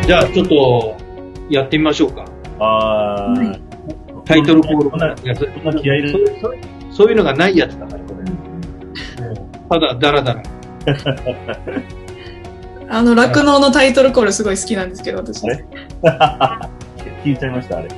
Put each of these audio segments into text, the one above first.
じゃあちょっとやってみましょうか。 はい。 タイトルコール。 こんな気合い入れる。 そういうのがないやつだから、これ。ただ、だらだら。 酪農のタイトルコールすごい好きなんですけど、私。 あれ聞いちゃいました、あれ。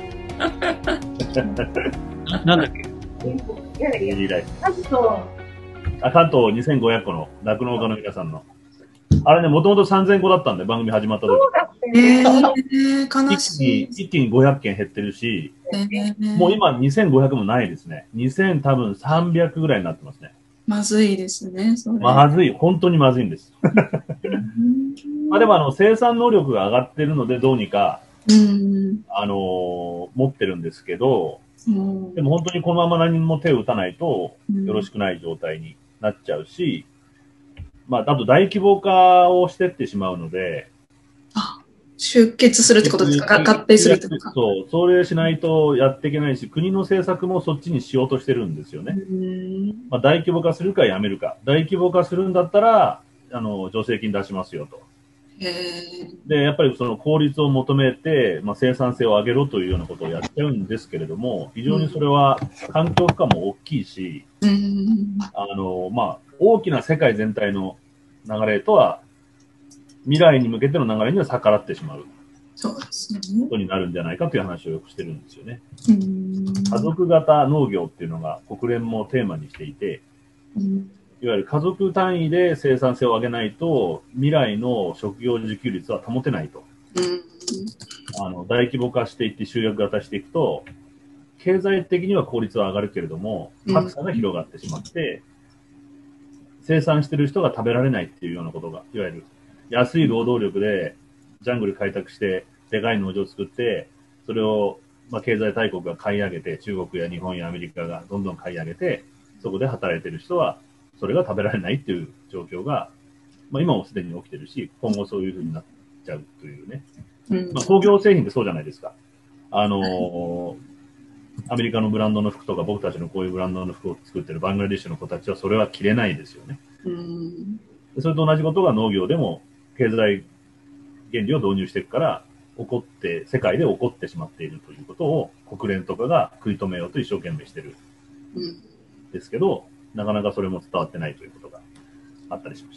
なんだっけデイリーライフ。関東2500個の酪農家の皆さんの。あれね、もともと3000個だったんで、番組始まった時。 悲しい。 一気に500件減ってるし、もう今2500もないですね。2000多分300ぐらいになってますね。 まずいですね、それ。 まずい。本当にまずいんです。まあでも生産能力が上がってるので、どうにか、持ってるんですけど、でも本当にこのまま何も手を打たないとよろしくない状態になっちゃうし、まあ、あと大規模化をしてってしまうので、 集結するってことですか？合併するってことか。 そう、それしないとやっていけないし、国の政策もそっちにしようとしてるんですよね。まあ、大規模化するかやめるか。大規模化するんだったら、助成金出しますよと。で、やっぱりその効率を求めて、まあ、生産性を上げろというようなことをやっちゃうんですけれども、非常にそれは環境負荷も大きいし、まあ、大きな世界全体の流れとは、未来に向けての流れには逆らってしまうことになるんじゃないかという話をよくしてるんですよね。家族型農業っていうのが国連もテーマにしていて、いわゆる家族単位で生産性を上げないと未来の食料自給率は保てないと。大規模化していって集約型していくと、経済的には効率は上がるけれども、格差が広がってしまって、生産してる人が食べられないっていうようなことが、いわゆる安い労働力でジャングル開拓して、でかい農場を作って、それを、まあ、経済大国が買い上げて、中国や日本やアメリカがどんどん買い上げて、そこで働いてる人は、それが食べられないっていう状況が、まあ、今もすでに起きてるし、今後そういうふうになっちゃうというね。まあ、工業製品ってそうじゃないですか。アメリカのブランドの服とか、僕たちのこういうブランドの服を作ってるバングラディッシュの子たちはそれは着れないですよね。それと同じことが農業でも経済原理を導入していくから、世界で起こってしまっているということを国連とかが食い止めようと一生懸命してる。ですけど、なかなかそれも伝わってないということがあったりしました。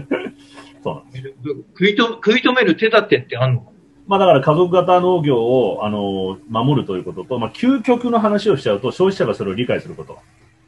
そうなんです。 食い止める手立てってあるの？ まあだから家族型農業を守るということと、まあ究極の話をしちゃうと消費者がそれを理解すること。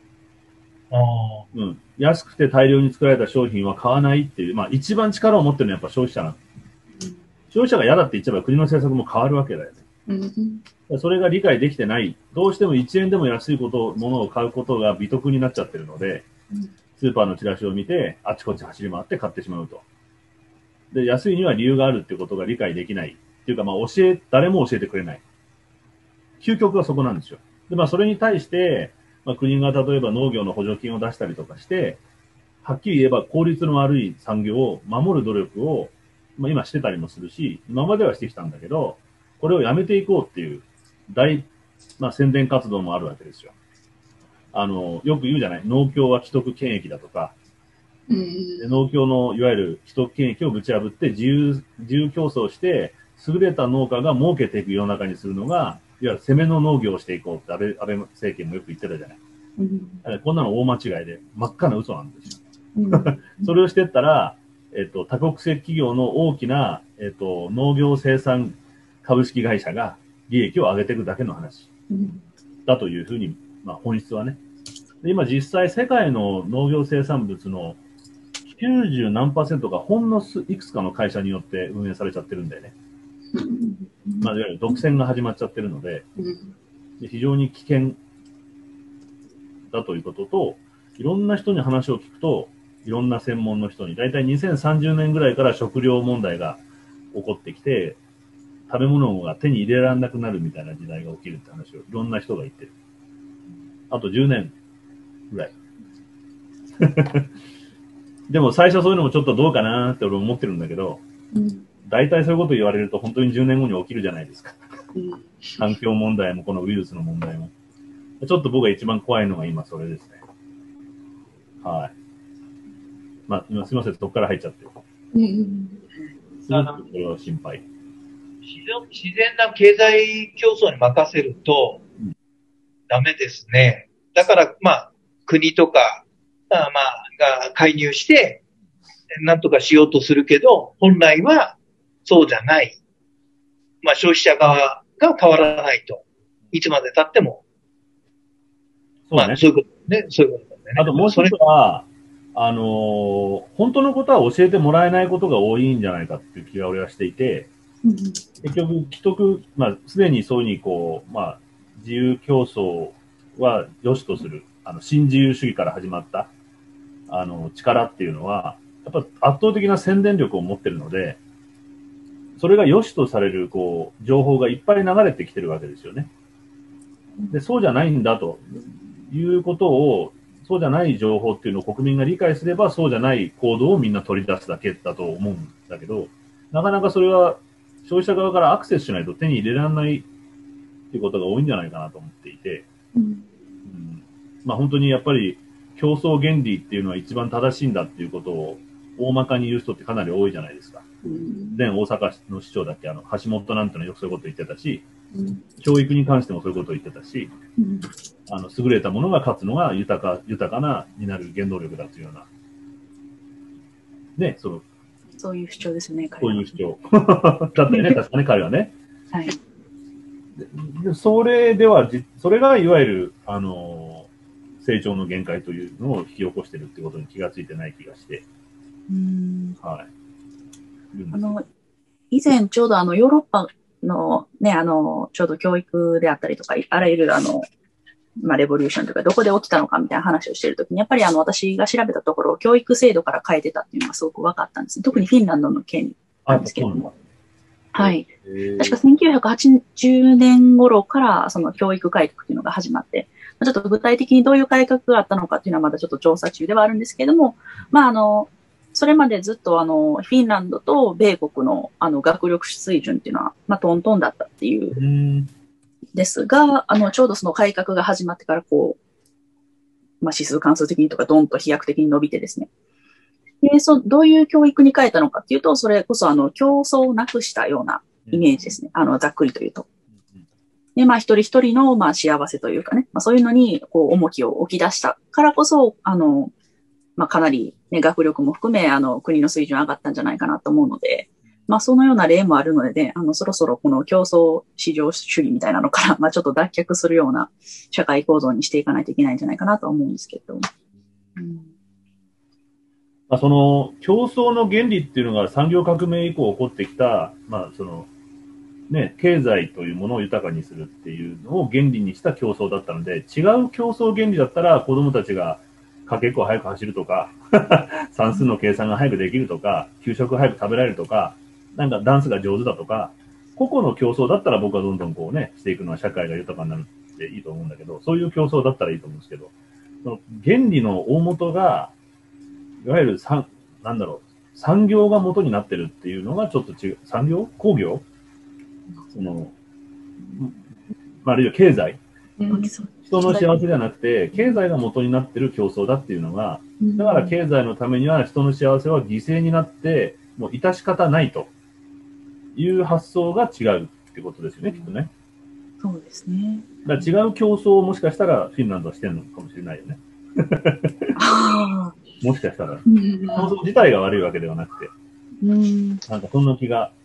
安くて大量に作られた商品は買わないっていう、まあ一番力を持ってるのはやっぱ消費者なんです。消費者が嫌だって言っちゃえば国の政策も変わるわけだよね。それが理解できてない。どうしても1円でも安いものを買うことが美徳になっちゃってるので、スーパーのチラシを見てあちこち走り回って買ってしまうと。で、安いには理由があるっていうことが理解できない。っていうか、まあ誰も教えてくれない。究極はそこなんですよ。で、まあそれに対して、まあ、国が例えば農業の補助金を出したりとかして、はっきり言えば効率の悪い産業を守る努力を、まあ、今してたりもするし、今まではしてきたんだけど、これをやめていこうっていうまあ、宣伝活動もあるわけですよ。よく言うじゃない、農協は既得権益だとか、農協のいわゆる既得権益をぶち破って自由競争して、優れた農家が儲けていく世の中にするのが、いわゆる攻めの農業をしていこうって安倍政権もよく言ってたじゃない。こんなの大間違いで真っ赤な嘘なんですよ。それをしていったら、多国籍企業の大きな、農業生産株式会社が利益を上げていくだけの話だというふうに、まあ、本質はね。今実際世界の農業生産物の90何%がほんのいくつかの会社によって運営されちゃってるんだよね。まあ、いわゆる独占が始まっちゃってるので、非常に危険だということと、いろんな人に話を聞くと、いろんな専門の人に、だいたい2030年ぐらいから食料問題が起こってきて、食べ物が手に入れられなくなるみたいな時代が起きるって話をいろんな人が言ってる。あと10年ぐらい。でも最初そういうのもちょっとどうかなって俺思ってるんだけど、大体そういうこと言われると本当に10年後に起きるじゃないですか。環境問題もこのウイルスの問題も。ちょっと僕が一番怖いのが今それですね。はい。まあ、すみません、そこから入っちゃって。 すごくそれは心配。 自然な経済競争に任せると、ダメですね。だから、まあ、国とか、まあ、が介入して、なんとかしようとするけど、本来はそうじゃない。まあ、消費者側が変わらないと。いつまで経っても。 そうね。 まあ、そういうことね。そういうことだね。 あともう一つは、本当のことは教えてもらえないことが多いんじゃないかっていう気が俺はしていて、結局、既得、まあ、すでにそういうこう、まあ、自由競争は良しとする、新自由主義から始まった、力っていうのは、やっぱ圧倒的な宣伝力を持ってるので、それが良しとされる、こう、情報がいっぱい流れてきてるわけですよね。で、そうじゃないんだということを、そうじゃない情報っていうのを国民が理解すれば、そうじゃない行動をみんな取り出すだけだと思うんだけど、なかなかそれは消費者側からアクセスしないと手に入れられないっていうことが多いんじゃないかなと思っていて、まあ本当にやっぱり競争原理っていうのは一番正しいんだっていうことを大まかに言う人ってかなり多いじゃないですか。前大阪の市長だっけ、橋本なんてのはよくそういうこと言ってたし、教育に関してもそういうことを言ってたし、優れたものが勝つのが豊かなになる原動力だというような、ね、 そういう主張ですよね、 そういう主張。だったよね、確かね、彼はね。 はい。 それがいわゆる、成長の限界というのを引き起こしているってことに気がついてない気がして。はい。 以前ちょうどヨーロッパのね、ちょうど教育であったりとか、あらゆるまあ、レボリューションとかどこで起きたのかみたいな話をしているときに、やっぱり私が調べたところ、教育制度から変えてたっていうのがすごく分かったんですね。特にフィンランドの件なんですけども。はい。確か1980年頃からその教育改革っていうのが始まって、ちょっと具体的にどういう改革があったのかっていうのはまだちょっと調査中ではあるんですけども、まあそれまでずっとフィンランドと米国の学力水準っていうのは、まあトントンだったっていうですが、ちょうどその改革が始まってからこう、まあ指数関数的にとかドンと飛躍的に伸びてですね。で、どういう教育に変えたのかっていうと、それこそ競争をなくしたようなイメージですね。ざっくりというと。で、まあ一人一人のまあ幸せというかね、まあそういうのにこう重きを置き出したからこそ、まあかなりね、学力も含め、国の水準上がったんじゃないかなと思うので、まあそのような例もあるので、そろそろこの競争市場主義みたいなのから、まあちょっと脱却するような社会構造にしていかないといけないんじゃないかなと思うんですけど。 まあ、その競争の原理っていうのが産業革命以降起こってきた、まあね、経済というものを豊かにするっていうのを原理にした競争だったので、違う競争原理だったら子供たちがかけっこ早く走るとか、算数の計算が早くできるとか、給食早く食べられるとか、なんかダンスが上手だとか、個々の競争だったら僕はどんどんこうね、していくのは社会が豊かになるっていいと思うんだけど、そういう競争だったらいいと思うんですけど、その原理の大元が、いわゆるなんだろう、産業が元になってるっていうのがちょっと違う。産業工業まあ、あるいは経済、人の幸せじゃなくて、経済が元になってる競争だっていうのが、だから経済のためには人の幸せは犠牲になって、もう致し方ないという発想が違うってことですよね、きっとね。 そうですね。 だから違う競争をもしかしたらフィンランドはしてるのかもしれないよね。もしかしたら。競争自体が悪いわけではなくて。なんかそんな気が。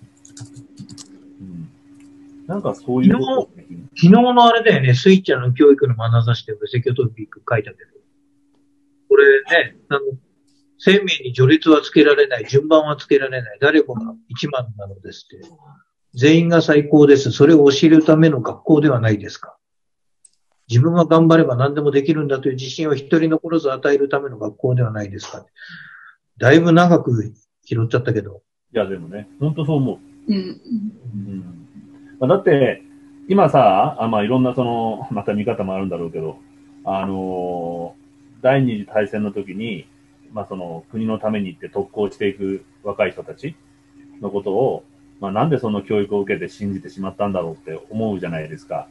なんかそういうこと。 昨日のあれだよね、スイッチャーの教育の眼差しで分析をトピック書いたけど。これね、生命に序列はつけられない、順番はつけられない、誰もが一番なのですって。全員が最高です。それを教えるための学校ではないですか。自分は頑張れば何でもできるんだという自信を一人残らず与えるための学校ではないですか。だいぶ長く拾っちゃったけど。 いや、でもね、本当そう思う。だって、今さ、まあ、いろんなまた見方もあるんだろうけど、第二次大戦の時に、まあ、国のためにって特攻していく若い人たちのことを、まあ、なんでその教育を受けて信じてしまったんだろうって思うじゃないですか。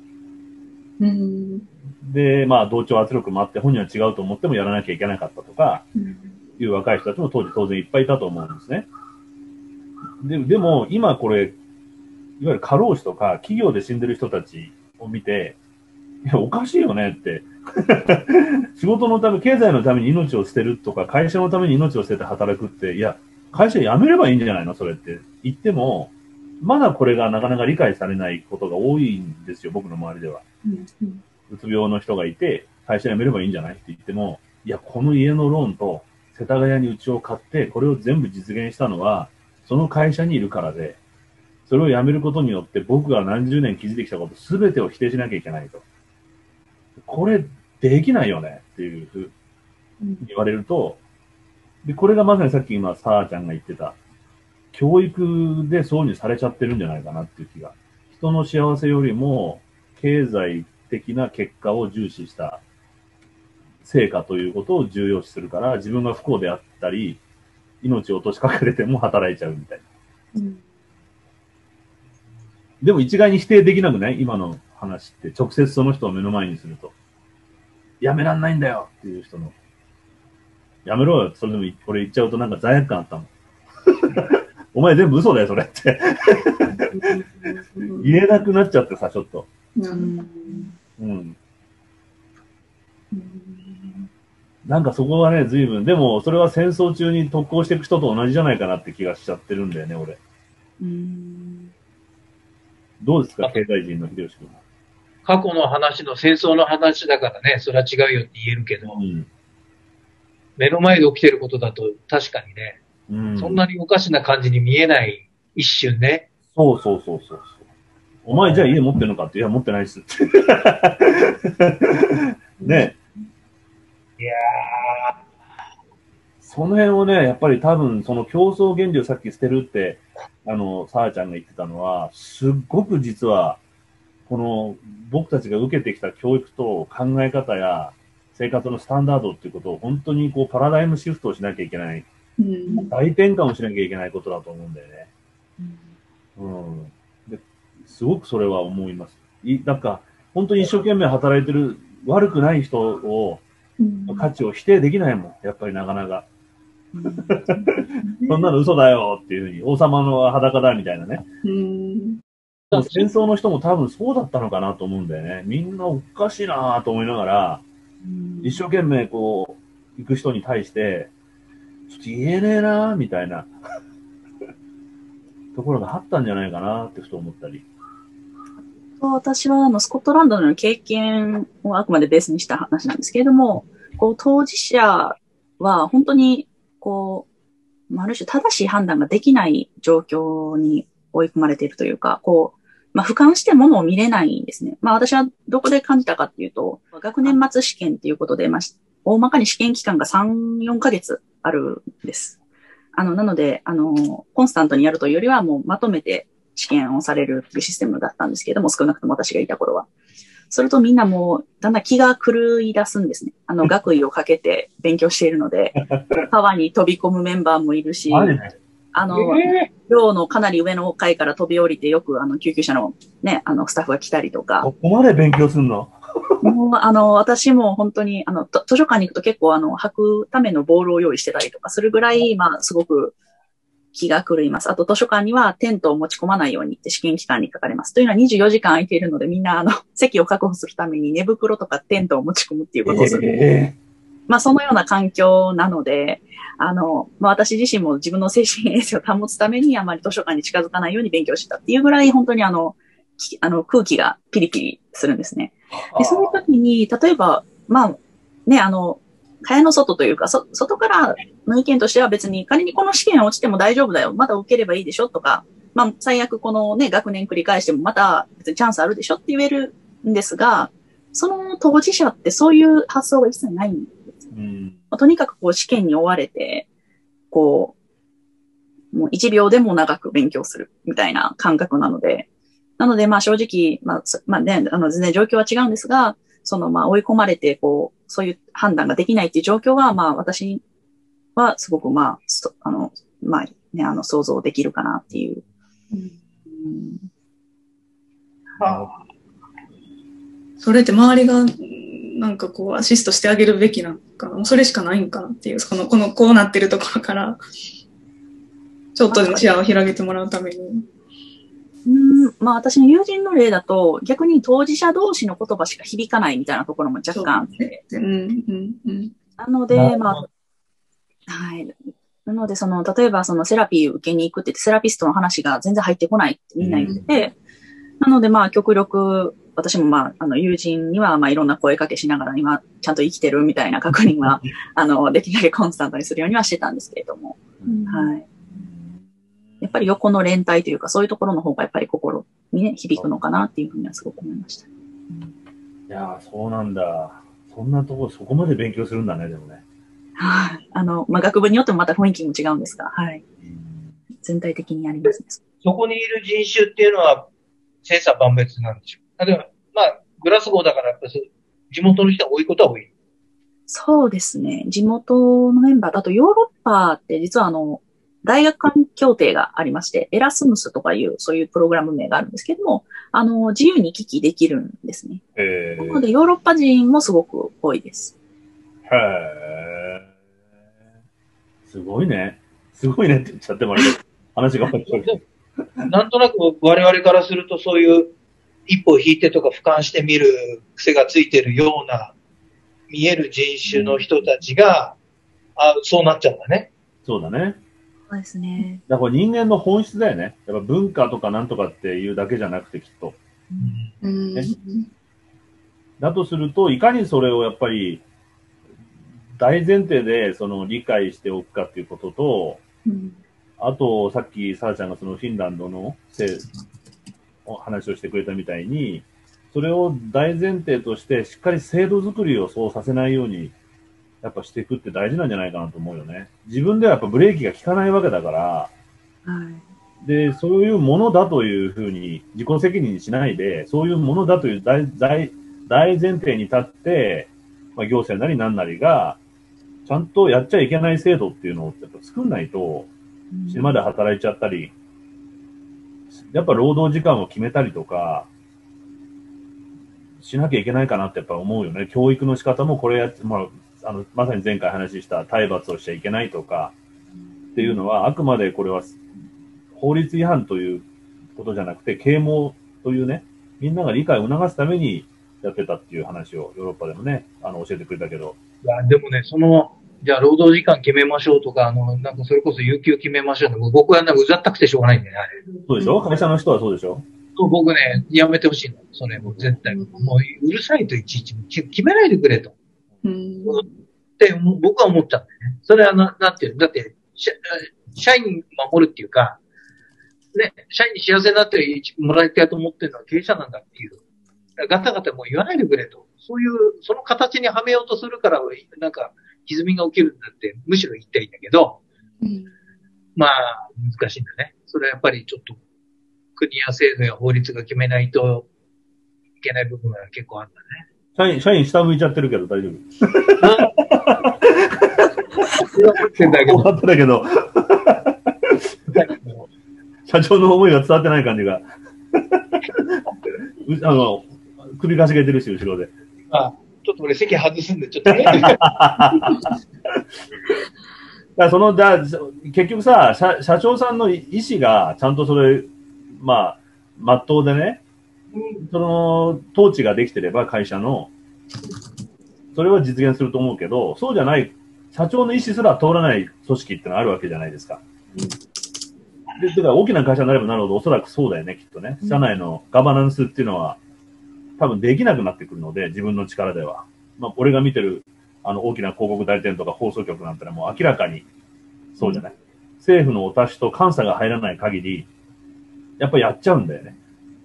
で、まあ、同調圧力もあって、本人は違うと思ってもやらなきゃいけなかったとか、いう若い人たちも当時当然いっぱいいたと思うんですね。 でも、今これ、いわゆる過労死とか企業で死んでる人たちを見て、いや、おかしいよねって。仕事のため、経済のために命を捨てるとか、会社のために命を捨てて働くって、いや、会社辞めればいいんじゃないのそれって言っても、まだこれがなかなか理解されないことが多いんですよ、僕の周りでは。うつ病の人がいて、会社辞めればいいんじゃないって言っても、いや、この家のローンと世田谷に家を買って、これを全部実現したのは、その会社にいるからで、それを辞めることによって僕が何十年築いてきたこと全てを否定しなきゃいけないと。これできないよねっていうふうに言われると、で、これがまさにさっき今、さあちゃんが言ってた、教育でそうにされちゃってるんじゃないかなっていう気が。人の幸せよりも、経済的な結果を重視した成果ということを重要視するから、自分が不幸であったり、命を落としかかれても働いちゃうみたいな。でも一概に否定できなくない今の話って、直接その人を目の前にすると。やめらんないんだよっていう人の。やめろよ。それでも、これ言っちゃうとなんか罪悪感あったもん。お前全部嘘だよ、それって。言えなくなっちゃってさ、ちょっと。なんかそこはね、随分。でも、それは戦争中に特攻していく人と同じじゃないかなって気がしちゃってるんだよね、俺。どうですか、経済人の秀吉君。 過去の話の戦争の話だからね、それは違うよって言えるけど、目の前で起きてることだと確かにね、そんなにおかしな感じに見えない一瞬ね。 そう。お前じゃあ家持ってるのかって、いや、持ってないっすって。ね。 いやその辺をね、やっぱり多分、その競争原理をさっき捨てるって、さあちゃんが言ってたのは、すっごく実は、この、僕たちが受けてきた教育と考え方や生活のスタンダードっていうことを本当にこうパラダイムシフトをしなきゃいけない、大転換をしなきゃいけないことだと思うんだよね。ですごくそれは思います。なんか、本当に一生懸命働いてる悪くない人を、価値を否定できないもん、やっぱりなかなか。そんなの嘘だよっていうふうに、王様の裸だみたいなね。戦争の人も多分そうだったのかなと思うんだよね。みんなおかしいなと思いながら、一生懸命こう、行く人に対して、ちょっと言えねえなみたいなところがあったんじゃないかなってふと思ったり。 私はスコットランドの経験をあくまでベースにした話なんですけれども、こう当事者は本当にこう、ある種正しい判断ができない状況に追い込まれているというか、こう、俯瞰してものを見れないんですね。私はどこで感じたかっていうと、学年末試験っていうことで、大まかに試験期間が3、4ヶ月あるんです。なので、コンスタントにやるというよりは、もうまとめて試験をされるシステムだったんですけれども、少なくとも私がいた頃は。それとみんなもう、だんだん気が狂い出すんですね。学位をかけて勉強しているので、川に飛び込むメンバーもいるし、寮のかなり上の階から飛び降りてよく救急車のね、スタッフが来たりとか。 ここまで勉強すんのもう私も本当に図書館に行くと結構履くためのボールを用意してたりとかするぐらい、すごく気が狂います。あと図書館にはテントを持ち込まないようにって試験期間に書かれます。というのは24時間空いているのでみんな席を確保するために寝袋とかテントを持ち込むっていうことをする。そのような環境なので、私自身も自分の精神衛生を保つためにあまり図書館に近づかないように勉強してたっていうぐらい本当に空気がピリピリするんですね。で、その時に、例えば、蚊帳の外というか、外からの意見としては別に仮にこの試験落ちても大丈夫だよ。まだ受ければいいでしょとか、最悪このね、学年繰り返してもまた別にチャンスあるでしょって言えるんですが、その当事者ってそういう発想が一切ないんです。とにかくこう試験に追われて、こう、もう1秒でも長く勉強するみたいな感覚なので、正直、全然状況は違うんですが、追い込まれて、こう、そういう判断ができないっていう状況は、私はすごく、想像できるかなっていう。 それって周りが、なんかこう、アシストしてあげるべきなのかな。もうそれしかないんかなっていう、こうなってるところから、 ちょっとでも視野を広げてもらうために。 まあ私の友人の例だと、逆に当事者同士の言葉しか響かないみたいなところも若干あって。なので、まあ、はい。なので、例えばセラピーを受けに行くって言って、セラピストの話が全然入ってこないってみんな言ってて、なので、まあ、極力、私もまあ、友人には、まあ、いろんな声かけしながら、今、ちゃんと生きてるみたいな確認は、できるだけコンスタントにするようにはしてたんですけれども、はい。やっぱり横の連帯というか、そういうところの方がやっぱり心にね、響くのかなっていうふうにはすごく思いました。いやー、そうなんだ。そんなところ、そこまで勉強するんだね、でもね。 はい。まあ、学部によってもまた雰囲気も違うんですが、はい。全体的にありますね。 そこにいる人種っていうのは、千差万別なんでしょう。例えば、まあ、グラスゴーだからやっぱり地元の人が多いことは多い。 そうですね。地元のメンバーだとヨーロッパって実は大学間協定がありまして、エラスムスとかいうそういうプログラム名があるんですけども、自由に行き来できるんですね。なのでヨーロッパ人もすごく多いです。 へー。すごいね。すごいねって言っちゃってもらえる。話が分かっちゃう。 なんとなく我々からするとそういう一歩引いてとか俯瞰して見る癖がついてるような見える人種の人たちが、そうなっちゃうんだね。 そうだね。 そうですね。 だから人間の本質だよね。やっぱ文化とかなんとかっていうだけじゃなくてきっと。ね、だとすると、いかにそれをやっぱり大前提で理解しておくかっていうことと、あと、さっきサラちゃんがフィンランドの話をしてくれたみたいに、それを大前提としてしっかり制度作りをそうさせないようにやっぱしていくって大事なんじゃないかなと思うよね。自分ではやっぱブレーキが効かないわけだから、 はい、 で、そういうものだというふうに自己責任にしないで、そういうものだという大前提に立って、まあ、行政なり何なりがちゃんとやっちゃいけない制度っていうのをやっぱ作んないと、死ぬまで働いちゃったり、やっぱ労働時間を決めたりとか、しなきゃいけないかなってやっぱ思うよね。教育の仕方もこれまさに前回話した体罰をしちゃいけないとかっていうのは、あくまでこれは法律違反ということじゃなくて、啓蒙というね、みんなが理解を促すためにやってたっていう話をヨーロッパでもね、教えてくれたけど。 いや、でもね、じゃあ労働時間決めましょうとか、なんかそれこそ有給決めましょうとか、僕はなんかうざったくてしょうがないんだよね、あれ。 そうでしょ、会社の人はそうでしょ。 僕ね、やめてほしいの。それも絶対。もううるさいといちいち決めないでくれと。って僕は思っちゃうんだよね。それはなんていうの、だって、社員守るっていうか、ね、社員に幸せになってもらいたいと思ってるのは経営者なんだっていう。ガタガタもう言わないでくれと。そういう、その形にはめようとするから、なんか、歪みが起きるんだって、むしろ言いたいんだけど、まあ、難しいんだね。それはやっぱりちょっと、国や政府や法律が決めないといけない部分が結構あるんだね。社員下向いちゃってるけど大丈夫。分かってたけど。社長の思いが伝わってない感じが。首かしげてるし、後ろで。 ちょっと俺席外すんで、ちょっとね。 結局さ、社長さんの意思がちゃんとそれ、まっとうでね、統治ができてれば会社の、それは実現すると思うけど、そうじゃない、社長の意思すら通らない組織ってのはあるわけじゃないですか。だから大きな会社になればなるほどおそらくそうだよね、きっとね。社内のガバナンスっていうのは多分できなくなってくるので、自分の力では。まあ、俺が見てる大きな広告代理店とか放送局なんてのはもう明らかにそうじゃない。政府のお達しと監査が入らない限り、やっぱやっちゃうんだよね。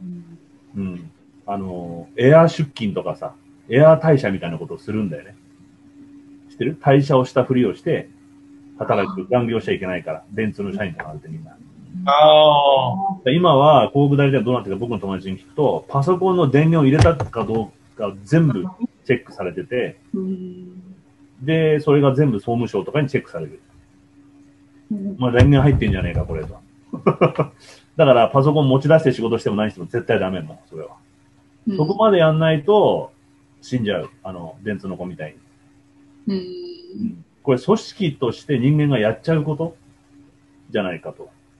エア出勤とかさ、エア退社みたいなことをするんだよね。知ってる？退社をしたふりをして、働く、残業しちゃいけないから、電通の社員とかあるってみんな。今は、広告代理店はどうなってるか僕の友達に聞くと、パソコンの電源を入れたかどうか全部チェックされてて、で、それが全部総務省とかにチェックされる。まあ、電源入ってんじゃねえか、これと。だから、パソコン持ち出して仕事しても何しても絶対ダメもん、それは。そこまでやんないと、死んじゃう。電通の子みたいに。これ、組織として人間がやっちゃうことじゃないかと。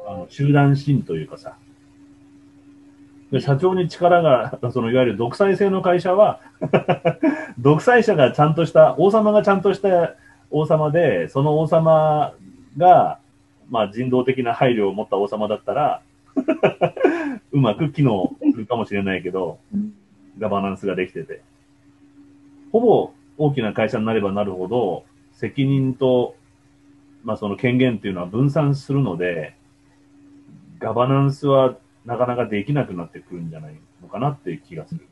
集団心というかさ、で社長に力が、いわゆる独裁制の会社は、独裁者がちゃんとした、王様がちゃんとした王様で、その王様が、まあ人道的な配慮を持った王様だったら、うまく機能するかもしれないけど、ガバナンスができてて。ほぼ大きな会社になればなるほど、責任と、まあその権限っていうのは分散するので、ガバナンスはなかなかできなくなってくるんじゃないのかなっていう気がする。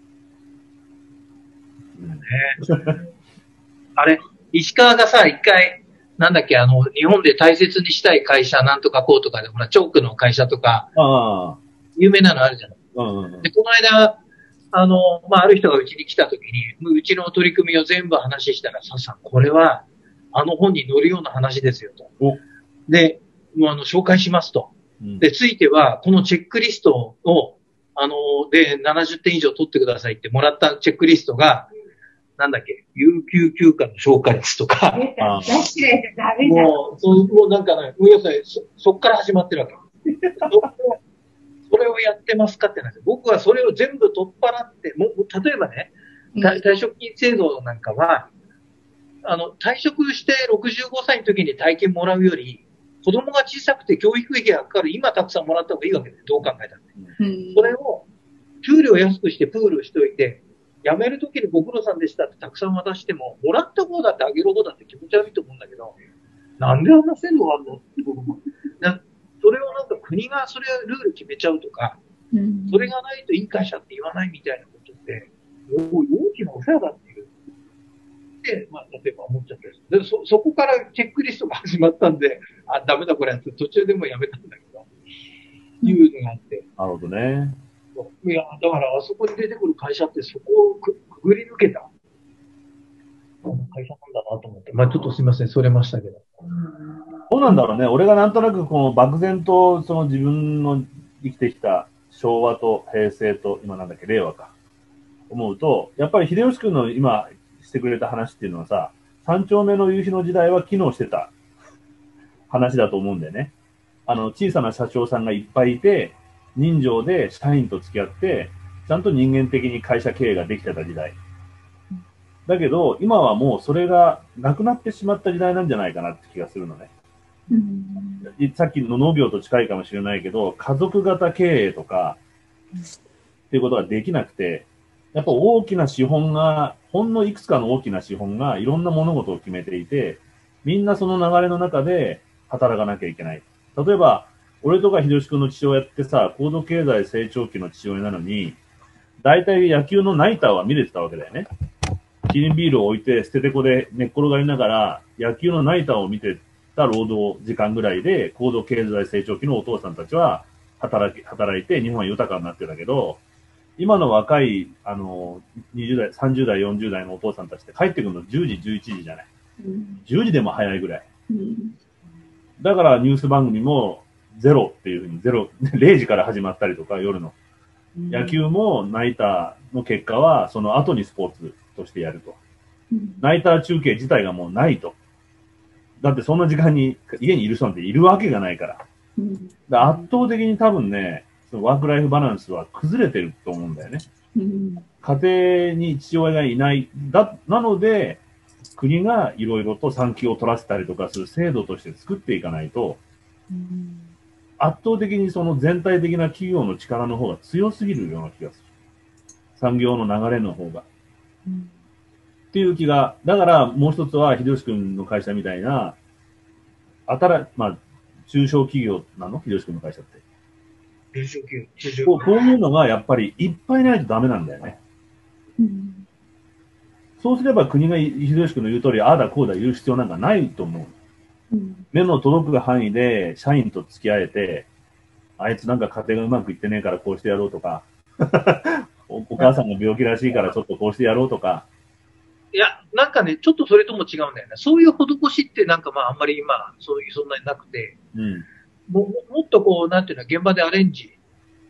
あれ、石川がさ、一回、なんだっけ、日本で大切にしたい会社なんとかこうとかで、ほら、チョークの会社とか、有名なのあるじゃない。で、この間、まあ、ある人がうちに来た時に、うちの取り組みを全部話したら、さん、これは、本に載るような話ですよと。で、もう紹介しますと。で、ついては、このチェックリストを、で、70点以上取ってくださいってもらったチェックリストが、なんだっけ、有給休暇の消化率とか、もうなんかね、そっから始まってるわけ。それをやってますかってなんですよ。僕はそれを全部取っ払って、例えばね、退職金制度なんかは、退職して65歳の時に体験もらうより、子供が小さくて教育費がかかる今たくさんもらった方がいいわけで、どう考えたって。それを、給料安くしてプールしておいて、辞める時にご苦労さんでしたってたくさん渡しても、もらった方だってあげる方だって気持ち悪いと思うんだけど、なんであんな制度があるのって僕も。それをなんか国がそれをルール決めちゃうとか、それがないといい会社って言わないみたいなことって、もう大きなお世話だっていう。で、まあ、例えば思っちゃったりする。で、そこからチェックリストが始まったんで、ダメだこれって途中でもうやめたんだけど、いうのがあって。 なるほどね。 いや、だからあそこに出てくる会社ってそこをくぐり抜けた会社なんだなと思って。まあちょっとすみません、それましたけど。 どうなんだろうね。俺がなんとなくこの漠然とその自分の生きてきた昭和と平成と今なんだっけ、令和か。思うと、やっぱり秀吉君の今してくれた話っていうのはさ、三丁目の夕日の時代は機能してた話だと思うんだよね。小さな社長さんがいっぱいいて、人情で社員と付き合って、ちゃんと人間的に会社経営ができてた時代。だけど、今はもうそれがなくなってしまった時代なんじゃないかなって気がするのね。さっきの農業と近いかもしれないけど、家族型経営とか、っていうことができなくて、やっぱ大きな資本が、ほんのいくつかの大きな資本がいろんな物事を決めていて、みんなその流れの中で働かなきゃいけない。例えば、俺とか秀吉君の父親ってさ、高度経済成長期の父親なのに、大体野球のナイターは見れてたわけだよね。キリンビールを置いて捨ててこで寝っ転がりながら、野球のナイターを見てた労働時間ぐらいで、高度経済成長期のお父さんたちは働いて日本は豊かになってるんだけど、今の若い、20代、30代、40代のお父さんたちって帰ってくるの10時、11時じゃない。10時でも早いぐらい。だからニュース番組もゼロっていうふうに0時から始まったりとか夜の。野球もナイターの結果はその後にスポーツとしてやると。ナイター中継自体がもうないと。だってそんな時間に家にいる人なんているわけがないから。圧倒的に多分ね、そのワークライフバランスは崩れてると思うんだよね。家庭に父親がいない。なので、国がいろいろと産休を取らせたりとかする制度として作っていかないと、圧倒的にその全体的な企業の力の方が強すぎるような気がする。産業の流れの方が。っていう気が、だからもう一つは秀吉君の会社みたいな、まあ、中小企業なの秀吉君の会社って。 中小企業。 こういうのがやっぱりいっぱいないとダメなんだよね。そうすれば国が秀吉君の言う通り、ああだこうだ言う必要なんかないと思う。目の届く範囲で社員と付き合えて、あいつなんか家庭がうまくいってねえからこうしてやろうとか、お母さんが病気らしいからちょっとこうしてやろうとか。 いや、なんかね、ちょっとそれとも違うんだよね。そういう施しってなんかまああんまり今、そんなになくて、もっとこう、なんていうの、現場でアレンジ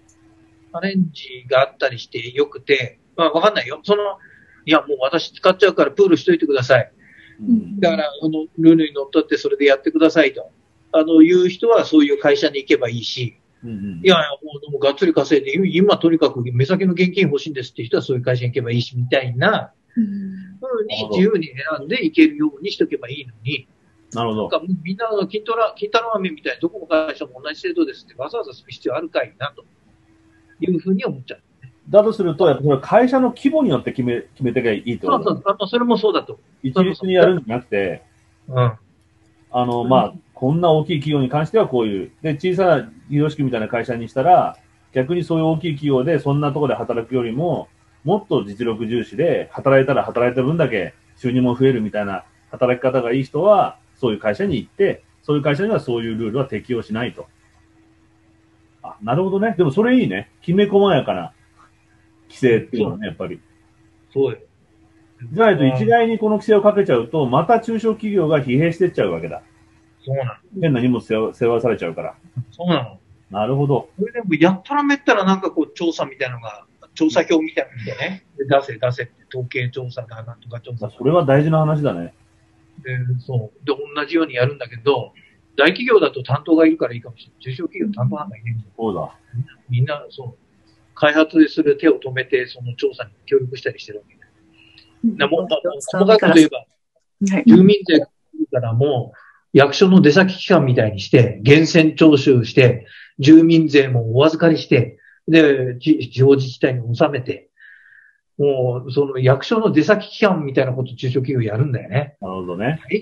があったりしてよくて、まあわかんないよ。いやもう私使っちゃうからプールしといてください。だから、ルールに乗っ取ってそれでやってくださいと。 いう人はそういう会社に行けばいいし、いや、もうがっつり稼いで、今とにかく目先の現金欲しいんですっていう人はそういう会社に行けばいいし、みたいな、ふうに自由に選んでいけるようにしとけばいいのに、 なるほど。 なんかみんな、金太郎ラーメンみたいにどこの会社も同じ制度ですってわざわざする必要あるかいな、というふうに思っちゃう。 だとすると、やっぱそれ会社の規模によって決めていけばいいってことだ。 そう、それもそうだと。 一律にやるんじゃなくて、まあ、こんな大きい企業に関してはこういう。で、小さな移動式みたいな会社にしたら、逆にそういう大きい企業でそんなところで働くよりも、もっと実力重視で、働いたら働いた分だけ収入も増えるみたいな働き方がいい人は、そういう会社に行って、そういう会社にはそういうルールは適用しないと。あ、なるほどね。でもそれいいね。きめ細やかな規制っていうのはね、やっぱり。 そうよ。 じゃないと一概にこの規制をかけちゃうと、また中小企業が疲弊していっちゃうわけだ。 そうなの。 変な荷物背負わされちゃうから。 そうなの。 なるほど。 それでもやったらめったらなんかこう調査みたいなのが、調査表みたいなの見てね、で出せって、統計調査だなんとか調査。 それは大事な話だね。 で、そう。で、同じようにやるんだけど、大企業だと担当がいるからいいかもしれない。中小企業担当なんかいないんだよ。 そうだ。 みんな、そう。開発する手を止めて、その調査に協力したりしてるわけだ。もう、細かく言えば、住民税からも、役所の出先機関みたいにして、源泉徴収して、住民税もお預かりして、で、地方自治体に納めて、もう、その役所の出先機関みたいなことを中小企業やるんだよね。 なるほどね。 はい。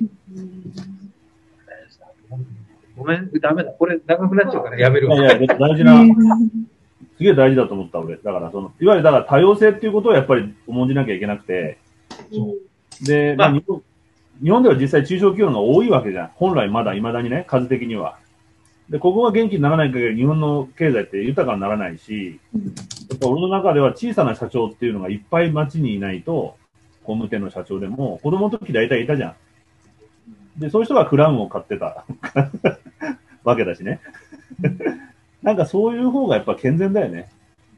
ごめん、ダメだ。これ長くなっちゃうからやめるわ。 いやいや、大事な、すげえ大事だと思った俺。だから、いわゆるだから多様性っていうことをやっぱり重んじなきゃいけなくて。で、まあ、日本では実際中小企業が多いわけじゃん。本来未だにね、数的には。で、ここが元気にならない限り日本の経済って豊かにならないし、やっぱ俺の中では小さな社長っていうのがいっぱい街にいないと、工務店の社長でも、子供の時大体いたじゃん。で、そういう人がクラウンを買ってたわけだしね。なんかそういう方がやっぱ健全だよね。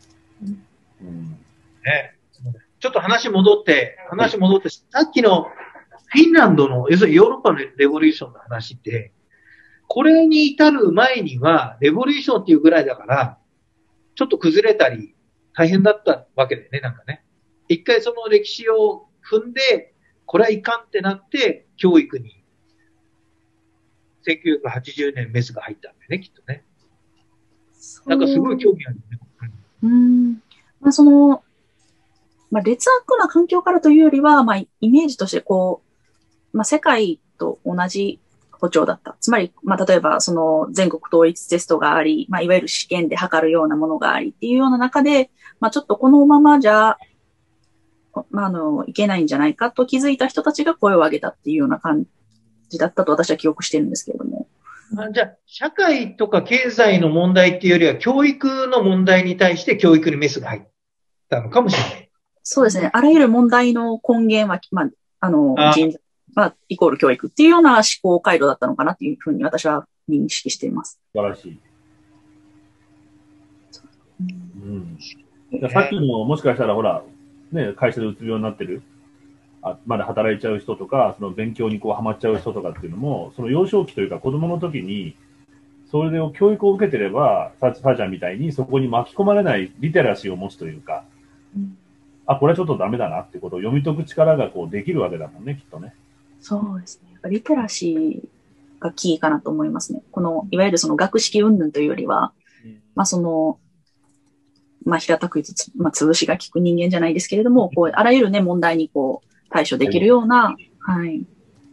ね。ちょっと話戻って、さっきのフィンランドの、要するにヨーロッパのレボリューションの話って、これに至る前には、レボリューションっていうぐらいだから、ちょっと崩れたり、大変だったわけだよね、なんかね。一回その歴史を踏んで、これはいかんってなって、教育に、1980年メスが入ったんだよね、きっとね。なんかすごい興味あるよね。 まあまあ、劣悪な環境からというよりは、まあ、イメージとしてこう、まあ、世界と同じ歩調だった。つまり、まあ、例えば、全国統一テストがあり、まあ、いわゆる試験で測るようなものがありっていうような中で、まあ、ちょっとこのままじゃ、まあ、いけないんじゃないかと気づいた人たちが声を上げたっていうような感じだったと私は記憶してるんですけれども。 じゃあ、社会とか経済の問題っていうよりは、教育の問題に対して教育にメスが入ったのかもしれない。 そうですね。あらゆる問題の根源は、まあ、人材、まあ、イコール教育っていうような思考回路だったのかなっていうふうに私は認識しています。 素晴らしい。さっきの、もしかしたらほら、ね、会社でうつ病になってる、まだ働いちゃう人とか、その勉強にこうハマっちゃう人とかっていうのも、その幼少期というか子供の時に、それを教育を受けてれば、さちゃんみたいにそこに巻き込まれないリテラシーを持つというか、これはちょっとダメだなってことを読み解く力がこうできるわけだもんね、きっとね。 そうですね。リテラシーがキーかなと思いますね。いわゆるその学識云々というよりは、まあ平たく言うと、まあ潰しが効く人間じゃないですけれども、こう、あらゆるね、問題にこう、対処できるような、はい。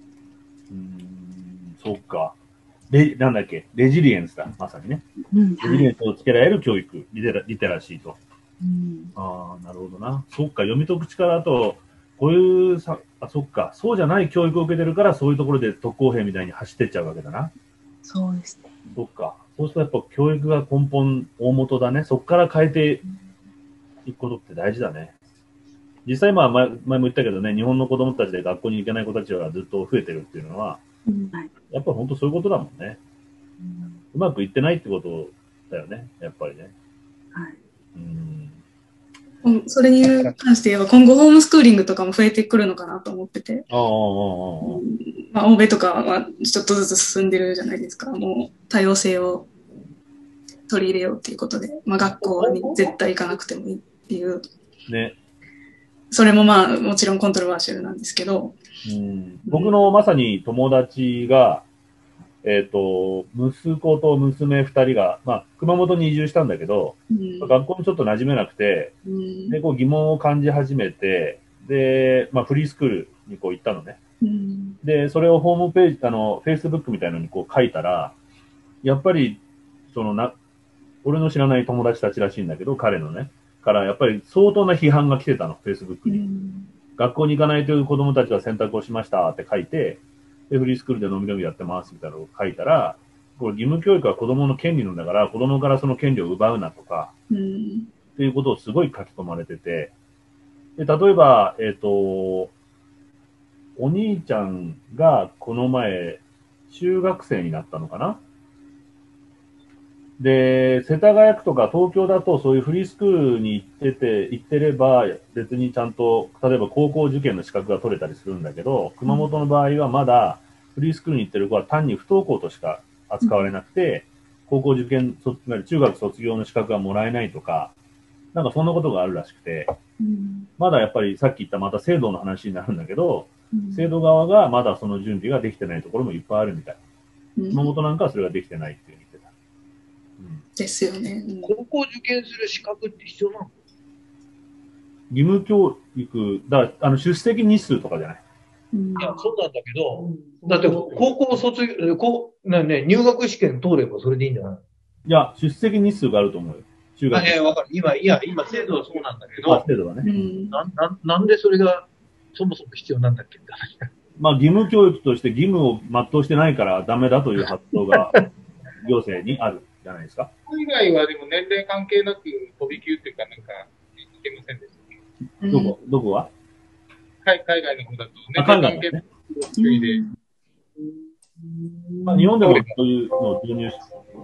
そうか。なんだっけ、レジリエンスだ、まさにね。レジリエンスをつけられる教育、リテラシーと。なるほどな。そっか、読み解く力と、こういうそっか、そうじゃない教育を受けてるから、そういうところで特攻兵みたいに走ってっちゃうわけだな。 そうですね。 そっか。そうするとやっぱ教育が根本、大元だね。そこから変えていくことって大事だね。実際前も言ったけどね、日本の子供たちで学校に行けない子たちがずっと増えてるっていうのは、やっぱり本当そういうことだもんね。うまくいってないってことだよね、やっぱりね。 はい。それに関して言えば今後ホームスクーリングとかも増えてくるのかなと思ってて。 まあ、欧米とかはちょっとずつ進んでるじゃないですか。もう多様性を取り入れようっていうことで、まあ、学校に絶対行かなくてもいいっていう。 ね。 それもまあもちろんコントロバーシャルなんですけど。 僕のまさに友達が、息子と娘二人が、まあ、熊本に移住したんだけど、学校にちょっと馴染めなくて、で、こう疑問を感じ始めて、で、まあ、フリースクールにこう行ったのね。で、それをホームページ、Facebook みたいなのにこう書いたら、やっぱり、俺の知らない友達たちらしいんだけど、彼のね、からやっぱり相当な批判が来てたの、Facebook に。学校に行かないという子供たちは選択をしましたって書いて、で、フリースクールでのびのびやってますみたいなのを書いたら、これ義務教育は子供の権利なんだから、子供からその権利を奪うなとか、っていうことをすごい書き込まれてて、で、例えば、お兄ちゃんがこの前、中学生になったのかな。で、世田谷区とか東京だとそういうフリースクールに行ってれば、別にちゃんと、例えば高校受験の資格が取れたりするんだけど、熊本の場合はまだフリースクールに行ってる子は単に不登校としか扱われなくて、高校受験、中学卒業の資格がもらえないとか、なんかそんなことがあるらしくて、まだやっぱりさっき言ったまた制度の話になるんだけど、制度側がまだその準備ができてないところもいっぱいあるみたい。熊本なんかはそれができてないっていう。 ですよね。 高校受験する資格って必要なの？ 義務教育、出席日数とかじゃない。 いや、そうなんだけど、だって高校卒業、入学試験通ればそれでいいんじゃない？ いや、出席日数があると思うよ。中学。 わかる。今制度はそうなんだけど、 制度はね。 なんでそれがそもそも必要なんだっけ？ まあ、義務教育として義務を全うしてないからダメだという発想が行政にある。じゃないですか。 海外はでも年齢関係なく飛び級っていうかなんかいけませんでしたね。どこは？ 海外の方だと年齢関係なく注意で。 まあ、日本でもそういうのを導入し、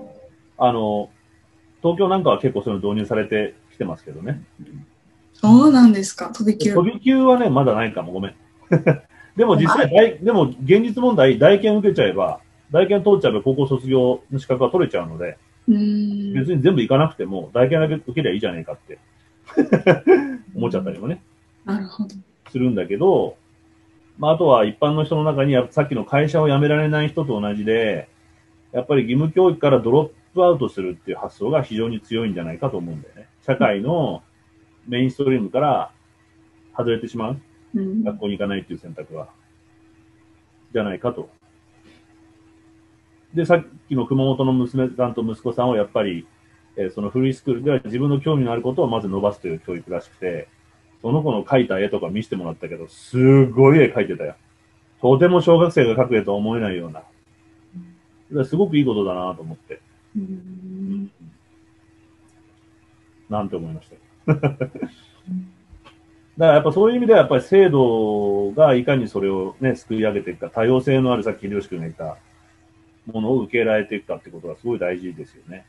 東京なんかは結構そういうの導入されてきてますけどね。 そうなんですか、飛び級。 飛び級はね、まだないかも、ごめん。でも実際、でも現実問題、大検受けちゃえば、大検通っちゃえば高校卒業の資格が取れちゃうので、別に全部行かなくても、大検だけ受けりゃいいじゃないかって思っちゃったりもね、 なるほど。 するんだけど、まあ、あとは一般の人の中に、さっきの会社を辞められない人と同じで、やっぱり義務教育からドロップアウトするっていう発想が非常に強いんじゃないかと思うんだよね。社会のメインストリームから外れてしまう。学校に行かないっていう選択は。じゃないかと。で、さっきの熊本の娘さんと息子さんはやっぱり、そのフリースクールでは自分の興味のあることをまず伸ばすという教育らしくて、その子の描いた絵とか見せてもらったけど、すごい絵描いてたよ。とても小学生が描く絵とは思えないような。すごくいいことだなと思って。なんて思いました。だからやっぱそういう意味ではやっぱり制度がいかにそれをね、救い上げていくか、多様性のあるさっき秀吉君が言ったものを受け入れられていくかってことがすごい大事ですよね。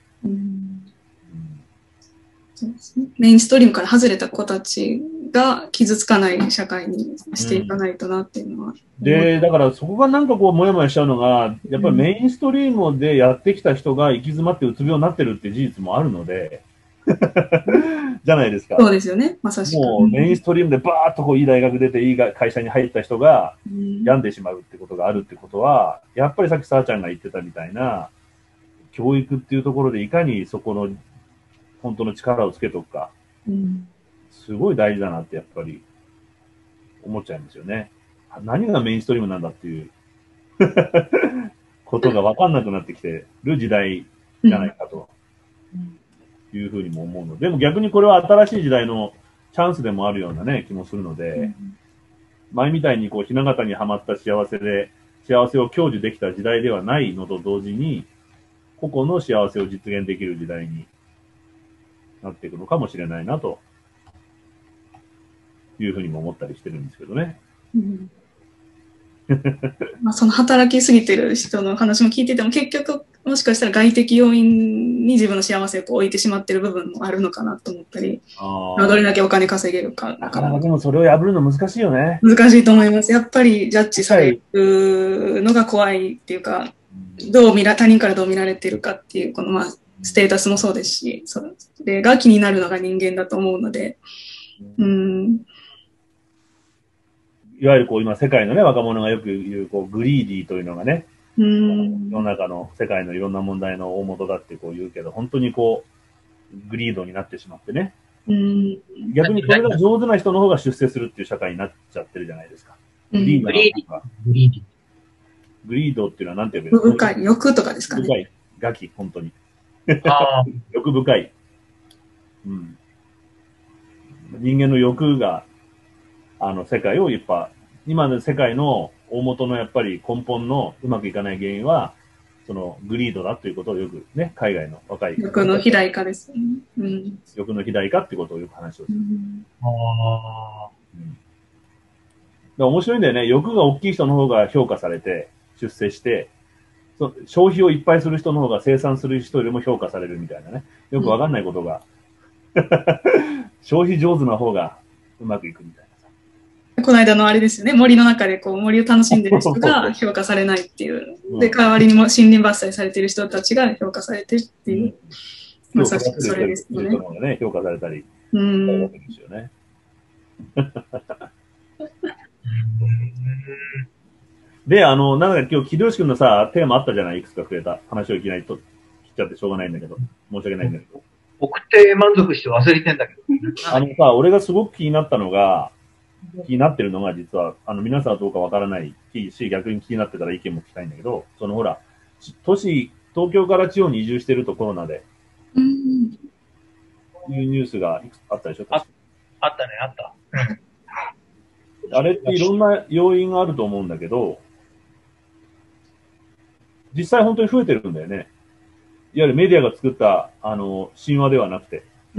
そうですね。メインストリームから外れた子たちが傷つかない社会にしていかないとなっていうのは。 で、だからそこがなんかこうもやもやしちゃうのが、やっぱりメインストリームでやってきた人が行き詰まってうつ病になってるって事実もあるので、じゃないですか。 そうですよね。まさしく。 もうメインストリームでバーッとこういい大学出ていい会社に入った人が病んでしまうってことがあるってことは、やっぱりさっきさあちゃんが言ってたみたいな、教育っていうところでいかにそこの本当の力をつけとくか、すごい大事だなってやっぱり思っちゃうんですよね。何がメインストリームなんだっていうことが分かんなくなってきてる時代じゃないかというふうにも思うので、でも逆にこれは新しい時代のチャンスでもあるようなね気もするので、前みたいにこうひな形にはまった幸せで幸せを享受できた時代ではないのと同時に、個々の幸せを実現できる時代になっていくのかもしれないなというふうにも思ったりしてるんですけどね。 まあその働きすぎてる人の話も聞いてても結局もしかしたら外的要因に自分の幸せを置いてしまっている部分もあるのかなと思ったり、どれだけお金稼げるか。 なかなかでもそれを破るの難しいよね。 難しいと思います。やっぱりジャッジされるのが怖いっていうか、他人からどう見られているかっていう、このステータスもそうですし、それが気になるのが人間だと思うので、 いわゆる今世界のね、若者がよく言うグリーディーというのがね、世の中の世界のいろんな問題の大元だって言うけど、本当にグリードになってしまってね。逆にこれが上手な人の方が出世するっていう社会になっちゃってるじゃないですか。グリードっていうのは何て言うの？ 深い。欲とかですかね。 深い。ガキ、本当に。欲深い。人間の欲が、世界を今の世界の大元のやっぱり根本のうまくいかない原因は、そのグリードだということをよくね、海外の若い。 欲の肥大化ですね。 欲の肥大化ってことをよく話をする。面白いんだよね。欲が大きい人の方が評価されて、出世して、消費をいっぱいする人の方が生産する人よりも評価されるみたいなね。よくわかんないことが。消費上手な方がうまくいくみたいな。 この間のあれですよね、森の中で森を楽しんでる人が評価されないっていう。で、代わりにも森林伐採されてる人たちが評価されてるっていう。まさしくそれですよね。 評価されたり。ですよね。で、なんか今日、木戸君のさ、テーマあったじゃない、いくつかくれた話をいきなりと切っちゃってしょうがないんだけど、申し訳ないんだけど。 送って満足して忘れてんだけど。 俺がすごく気になってるのが、実は、皆さんはどうかわからないし、逆に気になってたら意見も聞きたいんだけど、ほら、東京から地方に移住してるとコロナで、いうニュースがあったでしょ？ あったね、あった。 あれっていろんな要因があると思うんだけど、実際本当に増えてるんだよね。いわゆるメディアが作った、神話ではなくて。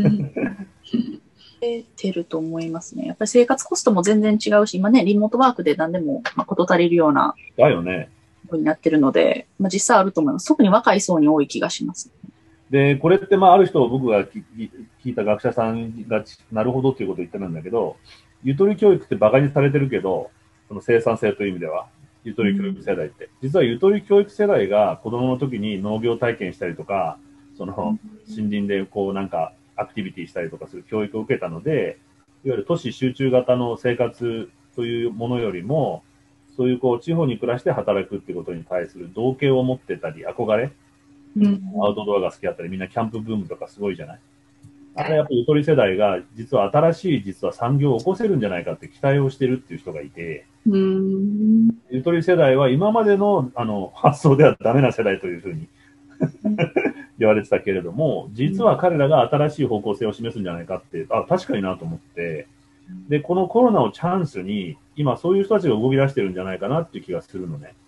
増えてると思いますね。やっぱり生活コストも全然違うし、今ね、リモートワークで何でも事足りるような。 だよね。 になってるので、実際あると思います。特に若い層に多い気がします。 で、これってある人、僕が聞いた学者さんが、なるほどということを言ってるんだけど、ゆとり教育って馬鹿にされてるけど、その生産性という意味では、ゆとり教育世代って。実はゆとり教育世代が子供の時に農業体験したりとか、森林でアクティビティしたりとかする教育を受けたので、いわゆる都市集中型の生活というものよりも、そういう地方に暮らして働くっていうことに対する同型を持ってたり、憧れ、アウトドアが好きだったり、みんなキャンプブームとかすごいじゃない？あれやっぱりゆとり世代が実は新しい産業を起こせるんじゃないかって期待をしてるっていう人がいて、ゆとり世代は今までの発想ではダメな世代というふうに言われてたけれども、実は彼らが新しい方向性を示すんじゃないかって、確かになと思って、で、このコロナをチャンスに、今そういう人たちが動き出してるんじゃないかなっていう気がするのね。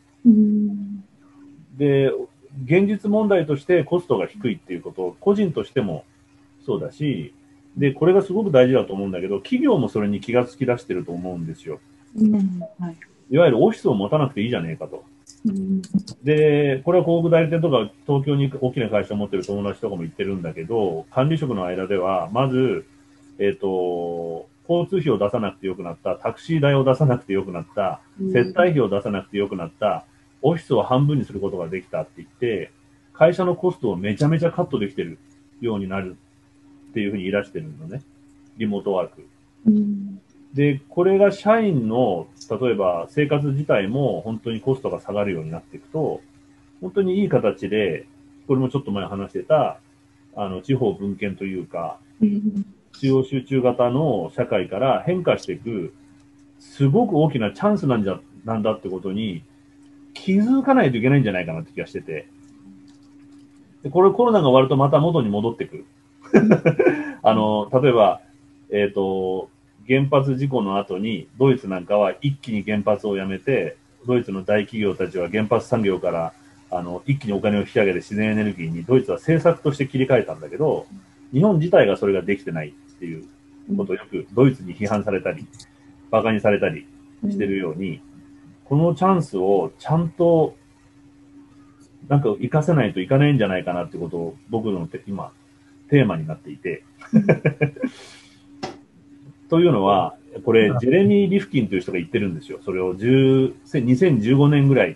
で、現実問題としてコストが低いっていうことを個人としてもそうだし、で、これがすごく大事だと思うんだけど、企業もそれに気がつき出してると思うんですよ。いわゆるオフィスを持たなくていいじゃねえかと。で、これは広告代理店とか東京に大きな会社を持ってる友達とかも言ってるんだけど、管理職の間では、まず、交通費を出さなくてよくなった、タクシー代を出さなくてよくなった、接待費を出さなくてよくなった、オフィスを半分にすることができたって言って、会社のコストをめちゃめちゃカットできてるようになるっていうふうに言い出してるのね。リモートワーク。で、これが社員の、例えば生活自体も本当にコストが下がるようになっていくと、本当にいい形で、これもちょっと前話してた、地方分権というか、中央集中型の社会から変化していく、すごく大きなチャンスなんだってことに気づかないといけないんじゃないかなって気がしてて。で、これコロナが終わるとまた元に戻ってくる。例えば、原発事故の後に、ドイツなんかは一気に原発をやめて、ドイツの大企業たちは原発産業から、一気にお金を引き上げて自然エネルギーにドイツは政策として切り替えたんだけど、日本自体がそれができてないっていうことをよくドイツに批判されたり、馬鹿にされたりしてるように、このチャンスをちゃんとなんか活かせないといかないんじゃないかなってことを僕の今、テーマになっていて。というのは、これ、ジェレミー・リフキンという人が言ってるんですよ。それを2015年ぐらい。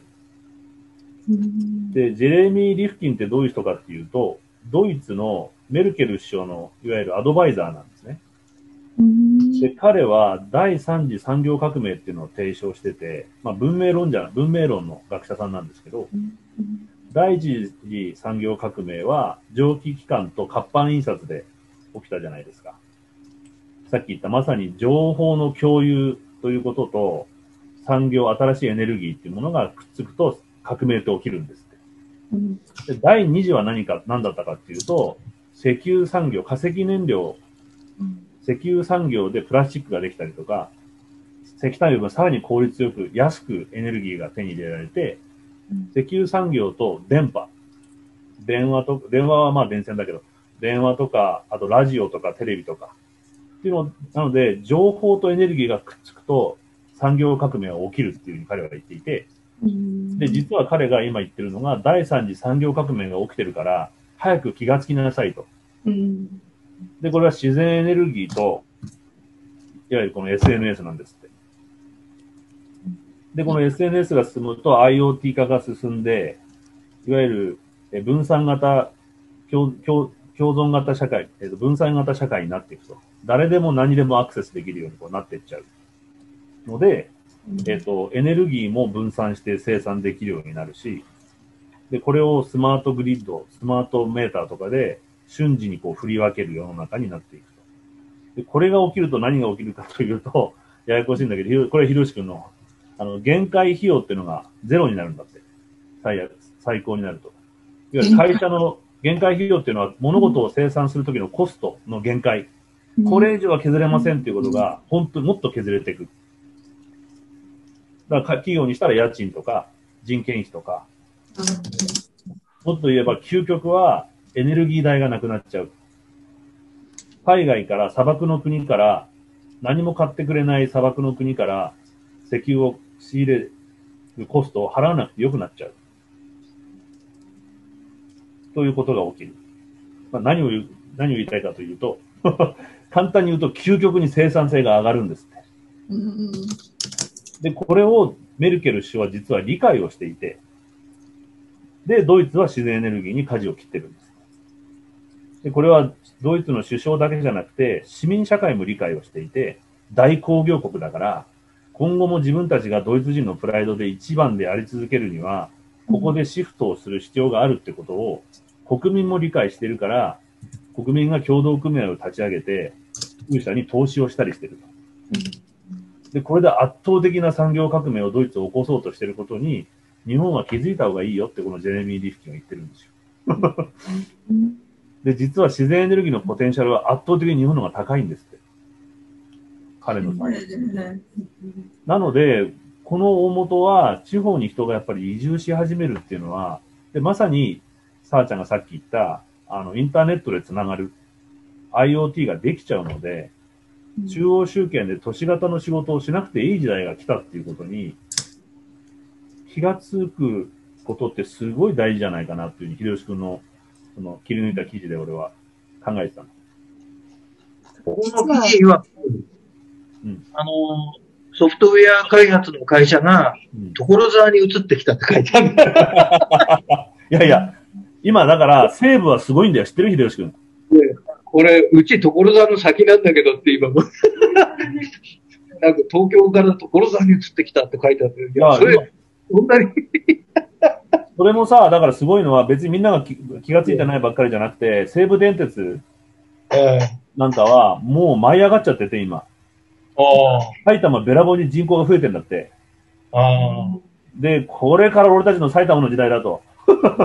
で、ジェレミー・リフキンってどういう人かっていうと、ドイツのメルケル首相のいわゆるアドバイザーなんですね。で、彼は第三次産業革命っていうのを提唱してて、まあ文明論の学者さんなんですけど、第一次産業革命は蒸気機関と活版印刷で起きたじゃないですか。さっき言ったまさに情報の共有ということと産業、新しいエネルギーっていうものがくっつくと革命って起きるんですって。で第二次は何だったかっていうと、石油産業、化石燃料、石油産業でプラスチックができたりとか、石炭よりもさらに効率よく安くエネルギーが手に入れられて、石油産業と電波、電話はまあ電線だけど、電話とか、あとラジオとかテレビとか、っていうの、なので、情報とエネルギーがくっつくと産業革命は起きるっていうふうに彼は言っていて、で、実は彼が今言ってるのが、第三次産業革命が起きてるから、早く気がつきなさいと。で、これは自然エネルギーと、いわゆるこの SNS なんですって。で、この SNS が進むと IoT 化が進んで、いわゆる分散型、共存型社会、分散型社会になっていくと。誰でも何でもアクセスできるようにこうなっていっちゃう。ので、エネルギーも分散して生産できるようになるし、で、これをスマートグリッド、スマートメーターとかで瞬時にこう振り分ける世の中になっていくと。で、これが起きると何が起きるかというと、ややこしいんだけど、これひろし君の、限界費用っていうのがゼロになるんだって。最高になると。いわゆる会社の限界費用っていうのは物事を生産するときのコストの限界。これ以上は削れませんっていうことが、本当にもっと削れていく。だから企業にしたら家賃とか人件費とか、もっと言えば究極はエネルギー代がなくなっちゃう。海外から砂漠の国から何も買ってくれない砂漠の国から石油を仕入れるコストを払わなくてよくなっちゃう。ということが起きる。まあ、何を言いたいかというと、簡単に言うと究極に生産性が上がるんですって。で、これをメルケル首相は実は理解をしていて、で、ドイツは自然エネルギーに舵を切ってるんです。で、これはドイツの首相だけじゃなくて、市民社会も理解をしていて、大工業国だから、今後も自分たちがドイツ人のプライドで一番であり続けるには、ここでシフトをする必要があるってことを国民も理解しているから、国民が共同組合を立ち上げて、風車に投資をしたりしていると。で、これで圧倒的な産業革命をドイツを起こそうとしていることに、日本は気づいた方がいいよってこのジェレミー・リフキンが言ってるんですよ。で、実は自然エネルギーのポテンシャルは圧倒的に日本の方が高いんですって。彼の場合。なので、この大元は地方に人がやっぱり移住し始めるっていうのは、でまさに、さあちゃんがさっき言った、インターネットでつながる IoT ができちゃうので、中央集権で都市型の仕事をしなくていい時代が来たっていうことに、気がつくことってすごい大事じゃないかなっていうふうに、秀吉君の、その切り抜いた記事で俺は考えてたの。 この記事は、ソフトウェア開発の会社が、所沢に移ってきたって書いてある。 いやいや、今だから西部はすごいんだよ。知ってる秀吉君。 これ、うち所沢の先なんだけどって今、なんか東京から所沢に移ってきたって書いてある。いや、それ、そんなにそれもさ、だからすごいのは別にみんなが気がついてないばっかりじゃなくて、西武電鉄なんかはもう舞い上がっちゃってて今。埼玉べらぼうに人口が増えてんだって。で、これから俺たちの埼玉の時代だと。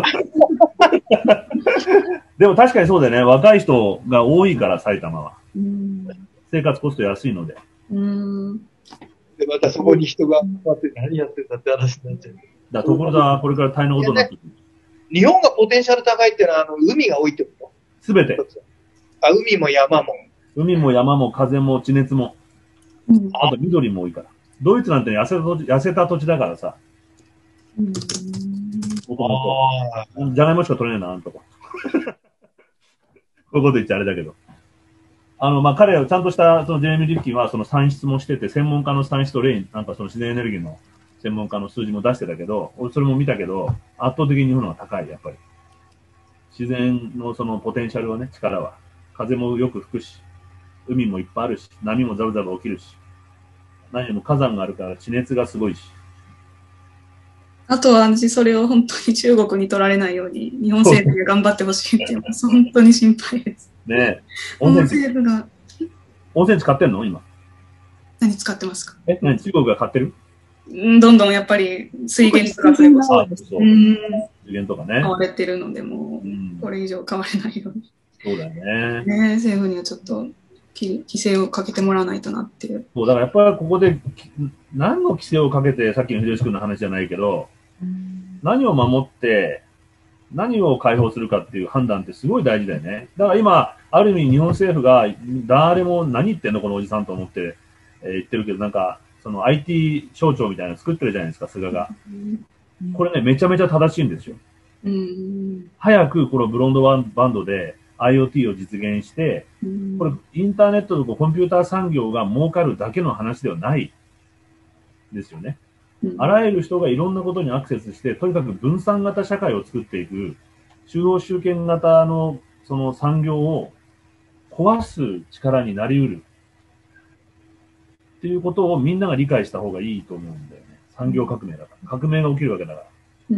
でも確かにそうだよね。若い人が多いから埼玉は。生活コスト安いので。 で、またそこに人が待って何やってんだって話になっちゃう。 だから所沢はこれから大変なことになってくる。 日本がポテンシャル高いってのは、海が多いってこと？ すべて。 海も山も。 海も山も風も地熱も。あと緑も多いから。ドイツなんて痩せた土地だからさ。 もともと。じゃがいもしか取れないな、なんとか。こういうこと言っちゃあれだけど。まあ、彼はちゃんとした、そのジェレミー・リッキーはその算出もしてて、専門家の算出と例に、なんかその自然エネルギーの専門家の数字も出してたけど、俺それも見たけど、圧倒的に日本の方が高い、やっぱり。自然のそのポテンシャルはね、力は。風もよく吹くし、海もいっぱいあるし、波もザブザブ起きるし、何よりも火山があるから地熱がすごいし。 あとは私それを本当に中国に取られないように日本政府が頑張ってほしいっていうのは本当に心配です。 ねえ。 温泉地買ってんの今。 何使ってますか？ 何中国が買ってる？ どんどんやっぱり水源とかそれこそ水源とかね。 買われてるので、もうこれ以上買われないように。 そうだよね。 ね、政府にはちょっと規制をかけてもらわないとなっていう。 そうだからやっぱりここで何の規制をかけて、さっきの秀吉君の話じゃないけど、何を守って何を解放するかっていう判断ってすごい大事だよね。だから今ある意味日本政府が誰も何言ってんのこのおじさんと思って、言ってるけど、なんかその IT 省庁みたいなの作ってるじゃないですか、菅が。これね、めちゃめちゃ正しいんですよ。早くこのブロンドバンドで IoT を実現して、これインターネットとコンピューター産業が儲かるだけの話ではないですよね。あらゆる人がいろんなことにアクセスして、とにかく分散型社会を作っていく、中央集権型のその産業を壊す力になり得るっていうことをみんなが理解した方がいいと思うんだよね。産業革命だから。革命が起きるわけだから。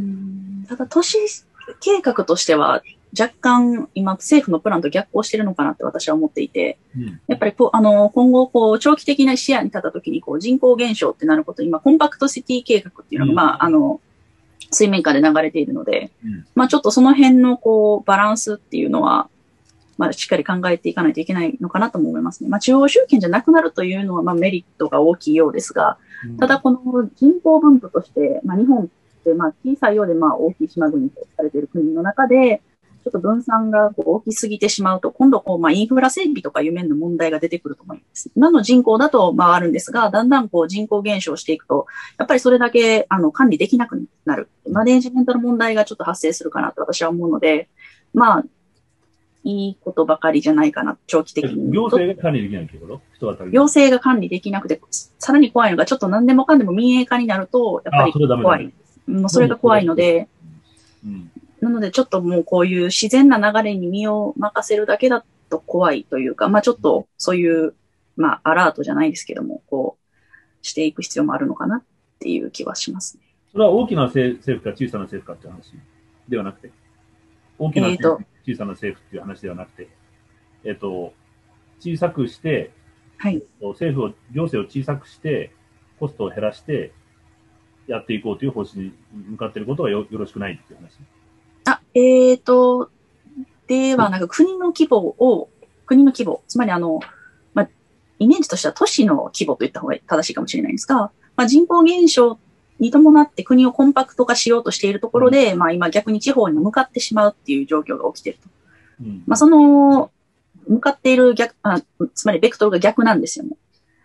ただ都市計画としては若干今政府のプランと逆行してるのかなって私は思っていて、やっぱり今後長期的な視野に立った時に人口減少ってなること、今コンパクトシティ計画っていうのが、水面下で流れているので、ちょっとその辺のバランスっていうのは、しっかり考えていかないといけないのかなとも思いますね。中央集権じゃなくなるというのはメリットが大きいようですが、ただこの人口分布として、日本って小さいようで大きい島国とされている国の中で、ちょっと分散が大きすぎてしまうと、今度インフラ整備とかいう面の問題が出てくると思います。今の人口だとあるんですが、だんだん人口減少していくと、やっぱりそれだけ管理できなくなる。マネージメントの問題がちょっと発生するかなと私は思うので、いいことばかりじゃないかな、長期的に。 行政が管理できないってこと？ 行政が管理できなくて、さらに怖いのが、ちょっと何でもかんでも民営化になると、やっぱり怖い。それが怖いので、なのでちょっともうこういう自然な流れに身を任せるだけだと怖いというか、ちょっとそういう、アラートじゃないですけども、していく必要もあるのかなっていう気はしますね。 それは大きな政府か小さな政府かっていう話ではなくて、大きな政府、小さな政府っていう話ではなくて、小さくして、行政を小さくして、コストを減らして、やっていこうという方針に向かっていることがよろしくないっていう話。 ではなく、国の規模、つまりイメージとしては都市の規模と言った方が正しいかもしれないんですが、人口減少に伴って国をコンパクト化しようとしているところで、今逆に地方に向かってしまうっていう状況が起きていると。その、向かっているつまりベクトルが逆なんですよね。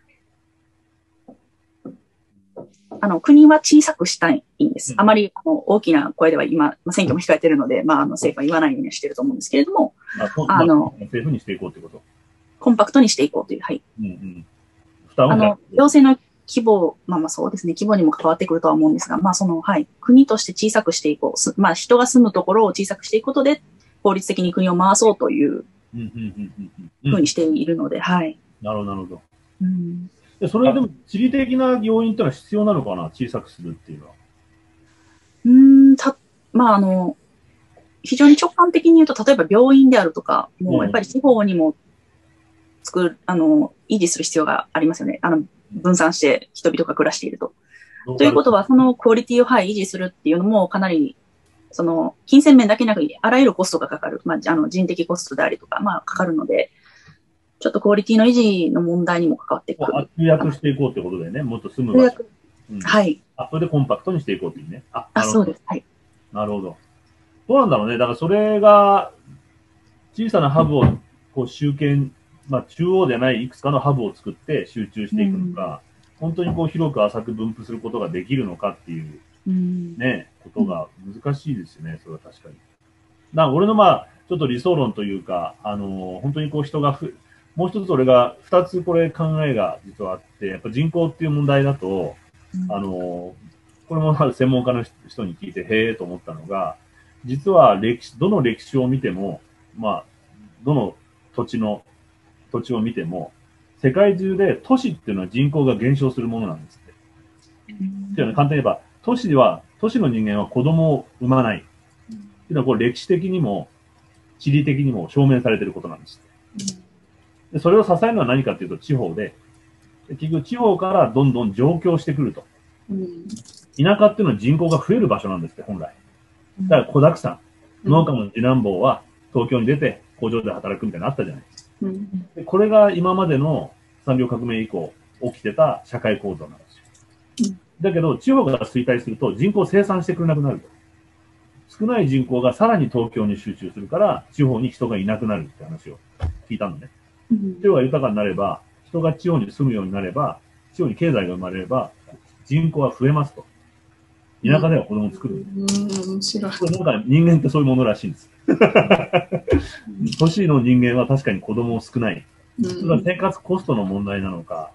国は小さくしたいんです。あまり大きな声では今、選挙も控えているので、政府は言わないようにしていると思うんですけれども、 政府にしていこうということ。 コンパクトにしていこうという、行政の規模、そうですね、規模にも関わってくるとは思うんですが、国として小さくしていこう。人が住むところを小さくしていくことで、効率的に国を回そうというふうにしているので、 なるほど、なるほど。それでも地理的な要因ってのは必要なのかな、小さくするっていうのは。非常に直感的に言うと、例えば病院であるとか、もうやっぱり地方にも維持する必要がありますよね。分散して人々が暮らしていると。ということは、そのクオリティを維持するっていうのもかなり、金銭面だけなく、あらゆるコストがかかる。人的コストでありとか、かかるので、ちょっとクオリティの維持の問題にも関わってくる。 集約していこうってことだよね。もっと住む場所。それでコンパクトにしていこうっていうね。 そうです。 なるほど。どうなんだろうね。だからそれが、小さなハブを中央でないいくつかのハブを作って集中していくのか、本当に広く浅く分布することができるのかっていうね、ことが難しいですよね、それは確かに。俺のちょっと理想論というか、本当に人がもう一つ俺が二つこれ考えが実はあって、やっぱ人口っていう問題だと、これも専門家の人に聞いて、へえと思ったのが、実はどの歴史を見ても、どの土地を見ても、世界中で都市っていうのは人口が減少するものなんですって。っていうのは簡単に言えば、都市の人間は子供を産まない。っていうのはこれ歴史的にも地理的にも証明されていることなんです。でそれを支えるのは何かというと地方で、結局地方からどんどん上京してくると。田舎っていうのは人口が増える場所なんですって、本来。だから子沢山。農家の次男坊は東京に出て工場で働くみたいなのあったじゃないですか。でこれが今までの産業革命以降起きてた社会構造なんですよ。だけど地方が衰退すると人口を生産してくれなくなると。少ない人口がさらに東京に集中するから地方に人がいなくなるって話を聞いたのね。地方が豊かになれば、人が地方に住むようになれば、地方に経済が生まれれば、人口は増えますと。田舎では子供を作る。面白い。これなんか人間ってそういうものらしいんです。都市の人間は確かに子供少ない。それは生活コストの問題なのか、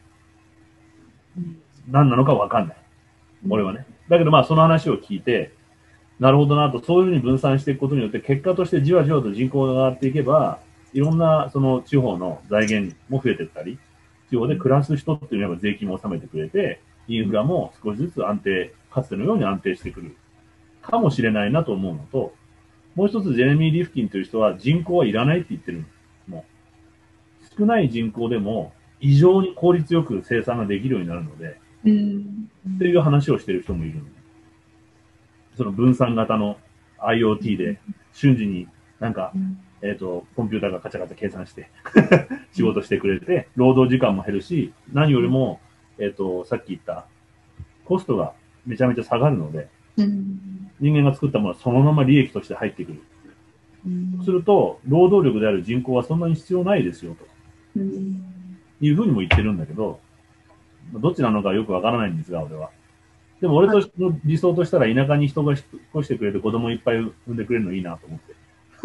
何なのかわかんない。俺はね。だけどその話を聞いて、なるほどなと、そういうふうに分散していくことによって、結果としてじわじわと人口が上がっていけば、いろんなその地方の財源も増えていったり、地方で暮らす人っていうのは税金も納めてくれて、インフラも少しずつかつてのように安定してくるかもしれないなと思うのと、もう一つジェレミー・リフキンという人は人口はいらないって言ってるんです。もう少ない人口でも異常に効率よく生産ができるようになるので、っていう話をしている人もいるので、その分散型の IoT で瞬時にコンピューターがカチャカチャ計算して仕事してくれて、労働時間も減るし、何よりも、さっき言ったコストがめちゃめちゃ下がるので、人間が作ったものはそのまま利益として入ってくる。そうすると、労働力である人口はそんなに必要ないですよ、というふうにも言ってるんだけど、どっちなのかよくわからないんですが、俺は。でも俺の理想としたら田舎に人が引っ越してくれて子供いっぱい産んでくれるのいいなと思って。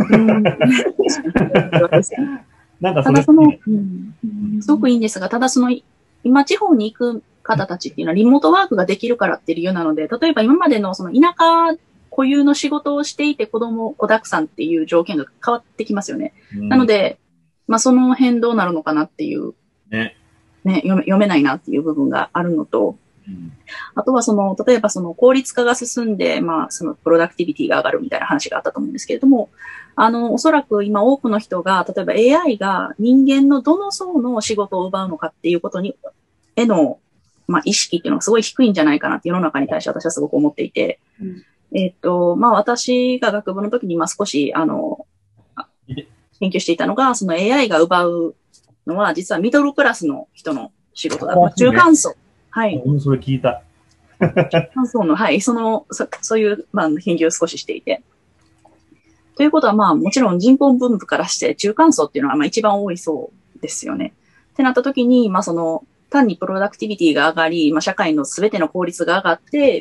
なんかただすごくいいんですが、ただ今地方に行く方たちっていうのはリモートワークができるからっていう理由なので、例えば今までのその田舎固有の仕事をしていて子沢山っていう条件が変わってきますよね。なので、その辺どうなるのかなっていう、読めないなっていう部分があるのと、あとは例えば効率化が進んで、プロダクティビティが上がるみたいな話があったと思うんですけれども、おそらく今多くの人が、例えば AI が人間のどの層の仕事を奪うのかっていうことへの、意識っていうのがすごい低いんじゃないかなって世の中に対して私はすごく思っていて、私が学部の時に少し、研究していたのが、その AI が奪うのは実はミドルクラスの人の仕事だ。中間層。はい。 それ聞いた。 そういう、研究を少ししていて。ということは、もちろん人口分布からして中間層っていうのは、一番多い層ですよね。ってなった時に、単にプロダクティビティが上がり、社会のすべての効率が上がって、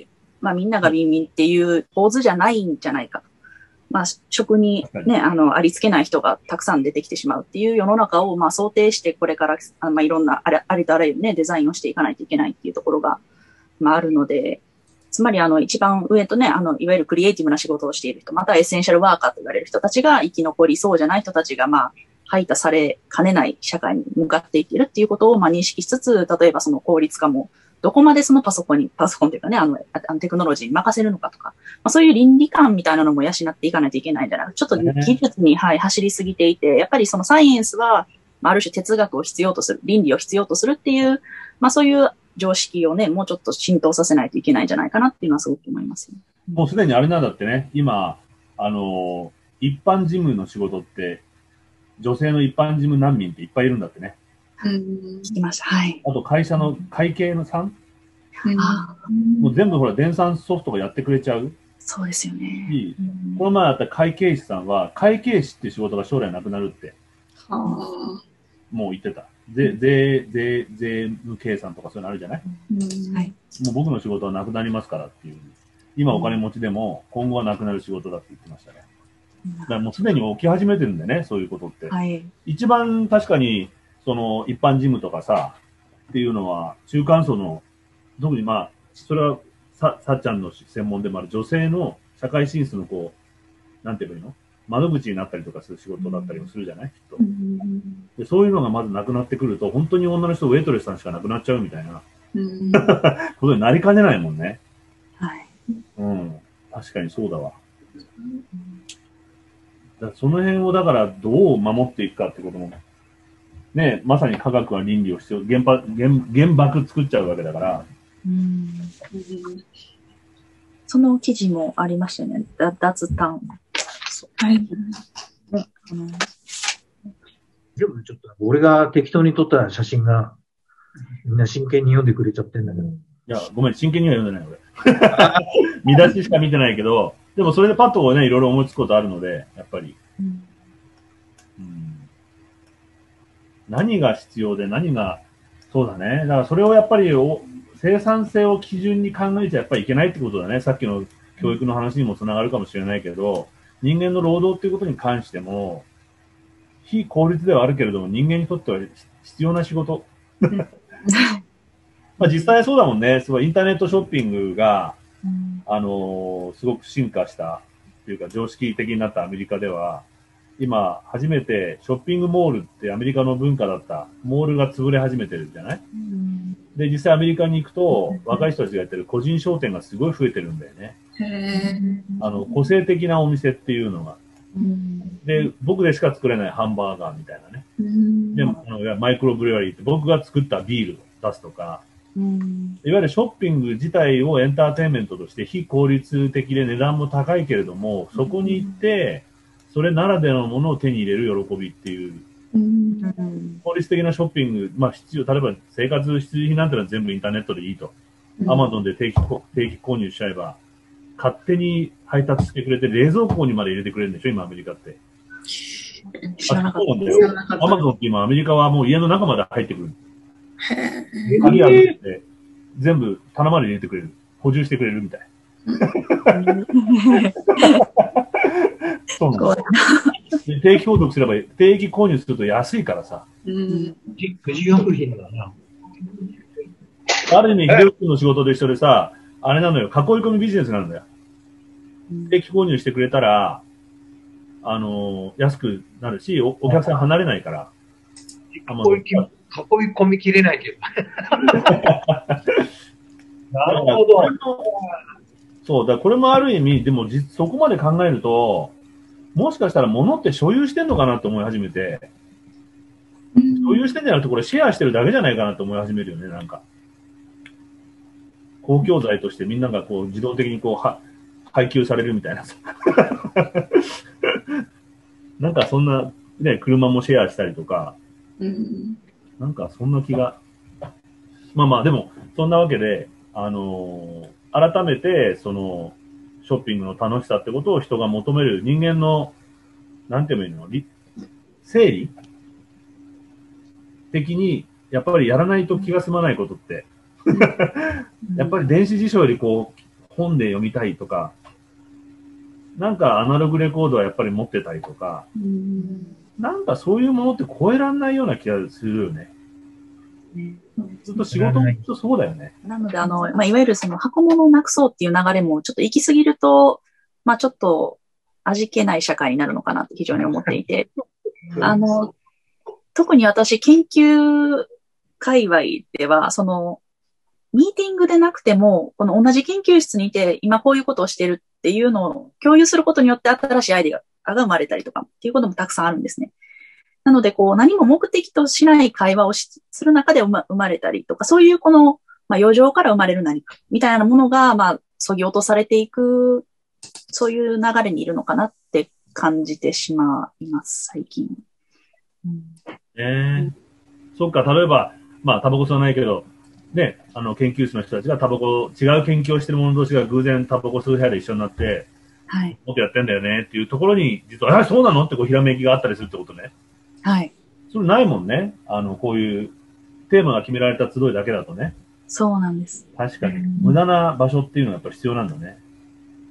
みんながビンビンっていう構図じゃないんじゃないかと。職にね、ありつけない人がたくさん出てきてしまうっていう世の中を、想定して、これから、いろんな、ありとあらゆるね、デザインをしていかないといけないっていうところが、あるので、つまり、一番上とね、いわゆるクリエイティブな仕事をしている人、またエッセンシャルワーカーと言われる人たちが生き残りそうじゃない人たちが、排他されかねない社会に向かっていっているっていうことを、認識しつつ、例えばその効率化も、どこまでそのパソコンというかね、テクノロジーに任せるのかとか、そういう倫理観みたいなのも養っていかないといけないんじゃないか。ちょっと技術に、走りすぎていて、やっぱりそのサイエンスは、ある種哲学を必要とする、倫理を必要とするっていう、そういう常識をね、もうちょっと浸透させないといけないんじゃないかなっていうのはすごく思いますね。 もうすでにあれなんだってね、今、一般事務の仕事って、女性の一般事務難民っていっぱいいるんだってね。 聞きました。はい。 あと会社の会計のさん、もう全部ほら、電算ソフトがやってくれちゃう。 そうですよね。 この前あった会計士さんは、会計士っていう仕事が将来なくなるって、もう言ってた。税務計算とかそういうのあるじゃない、はい。もう僕の仕事はなくなりますからっていう。 今お金持ちでも今後はなくなる仕事だって言ってましたね。だからもうすでに起き始めてるんでね、そういうことって。 はい。 一番確かに、その一般事務とかさ、っていうのは、中間層の、特にまあ、それはさっちゃんの専門でもある女性の社会進出のこう、なんて言えばいいの？窓口になったりとかする仕事だったりもするじゃない、きっと。で。そういうのがまずなくなってくると、本当に女の人、ウェイトレスさんしかなくなっちゃうみたいなことになりかねないもんね。 はい。 うん。確かにそうだわ。その辺をだからどう守っていくかってことも、ね、まさに科学は倫理を必要、原爆作っちゃうわけだから。 その記事もありましたよね。脱炭。はい。 でもちょっと、俺が適当に撮った写真が、みんな真剣に読んでくれちゃってんだけど。 いや、ごめん、真剣には読んでない、俺。見出ししか見てないけど、でもそれでパッとね、いろいろ思いつくことあるので、やっぱり。何が必要で何が、そうだね。だからそれをやっぱり生産性を基準に考えちゃやっぱりいけないってことだね。さっきの教育の話にもつながるかもしれないけど、人間の労働っていうことに関しても、非効率ではあるけれども、人間にとっては必要な仕事。まあ実際そうだもんね。すごいインターネットショッピングが、すごく進化したっていうか常識的になったアメリカでは、今初めてショッピングモールってアメリカの文化だったモールが潰れ始めてるじゃない、で、実際アメリカに行くと若い人たちがやってる個人商店がすごい増えてるんだよね。個性的なお店っていうのが。で、僕でしか作れないハンバーガーみたいなね。でも、マイクロブリュワリーって僕が作ったビールを出すとか、いわゆるショッピング自体をエンターテインメントとして非効率的で値段も高いけれども、そこに行って、それならではのものを手に入れる喜びっていう、効率的なショッピング、まあ例えば生活必需品なんてのは全部インターネットでいいと。アマゾンで定期購入しちゃえば、勝手に配達してくれて、冷蔵庫にまで入れてくれるんでしょ、今アメリカって。 知らなかった。 アマゾンって今アメリカはもう家の中まで入ってくる。鍵あるって、全部棚まで入れてくれる。補充してくれるみたい。そうなんです。定期購読すれば、定期購入すると安いからさ。 富士薬品だな。 ある意味、秀吉君の仕事と一緒でさ、あれなのよ、囲い込みビジネスなんだよ。定期購入してくれたら、安くなるし、お客さん離れないから。 囲い込みきれないけど。なるほど。 そう、だからこれもある意味、でもそこまで考えると、もしかしたら物って所有してんのかなと思い始めて、所有してんじゃなくてこれシェアしてるだけじゃないかなと思い始めるよね、なんか。公共財としてみんながこう自動的にこう配給されるみたいな。なんかそんな、ね、車もシェアしたりとか、なんかそんな気が。まあまあ、でも、そんなわけで、改めて、その、ショッピングの楽しさってことを人が求める人間の、なんて言えばいいの？生理的に、やっぱりやらないと気が済まないことって、やっぱり電子辞書よりこう、本で読みたいとか、なんかアナログレコードはやっぱり持ってたりとか、なんかそういうものって超えられないような気がするよね。ずっと仕事もそうだよね。 なので、まあ、いわゆるその箱物をなくそうっていう流れもちょっと行き過ぎると、まあ、ちょっと味気ない社会になるのかなって非常に思っていて、特に私、研究界隈では、その、ミーティングでなくても、この同じ研究室にいて、今こういうことをしてるっていうのを共有することによって新しいアイデアが生まれたりとかっていうこともたくさんあるんですね。なので、こう、何も目的としない会話をする中で生まれたりとか、そういうこの、まあ、余剰から生まれる何か、みたいなものが、まあ、削ぎ落とされていく、そういう流れにいるのかなって感じてしまいます、最近。 そっか、例えば、まあ、タバコ吸わないけど、ね、研究室の人たちがタバコ、違う研究をしてる者同士が偶然タバコ吸う部屋で一緒になって、 はい。 もっとやってんだよねっていうところに、実は、そうなのってこう、ひらめきがあったりするってことね。 はい。 それないもんね。こういうテーマが決められた集いだけだとね。 そうなんです。 確かに。無駄な場所っていうのはやっぱ必要なんだね。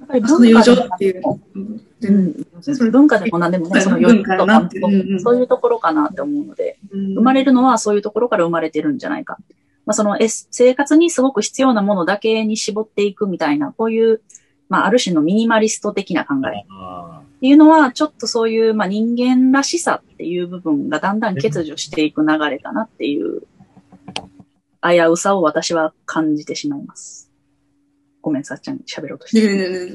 その余剰っていう。 文化でも何でもね、その余剰とか、そういうところかなって思うので、生まれるのはそういうところから生まれてるんじゃないか。その生活にすごく必要なものだけに絞っていくみたいな、こういう、ある種のミニマリスト的な考えっていうのは、ちょっとそういう、人間らしさっていう部分がだんだん欠如していく流れかなっていう危うさを私は感じてしまいます。ごめん、さっちゃんに喋ろうとして。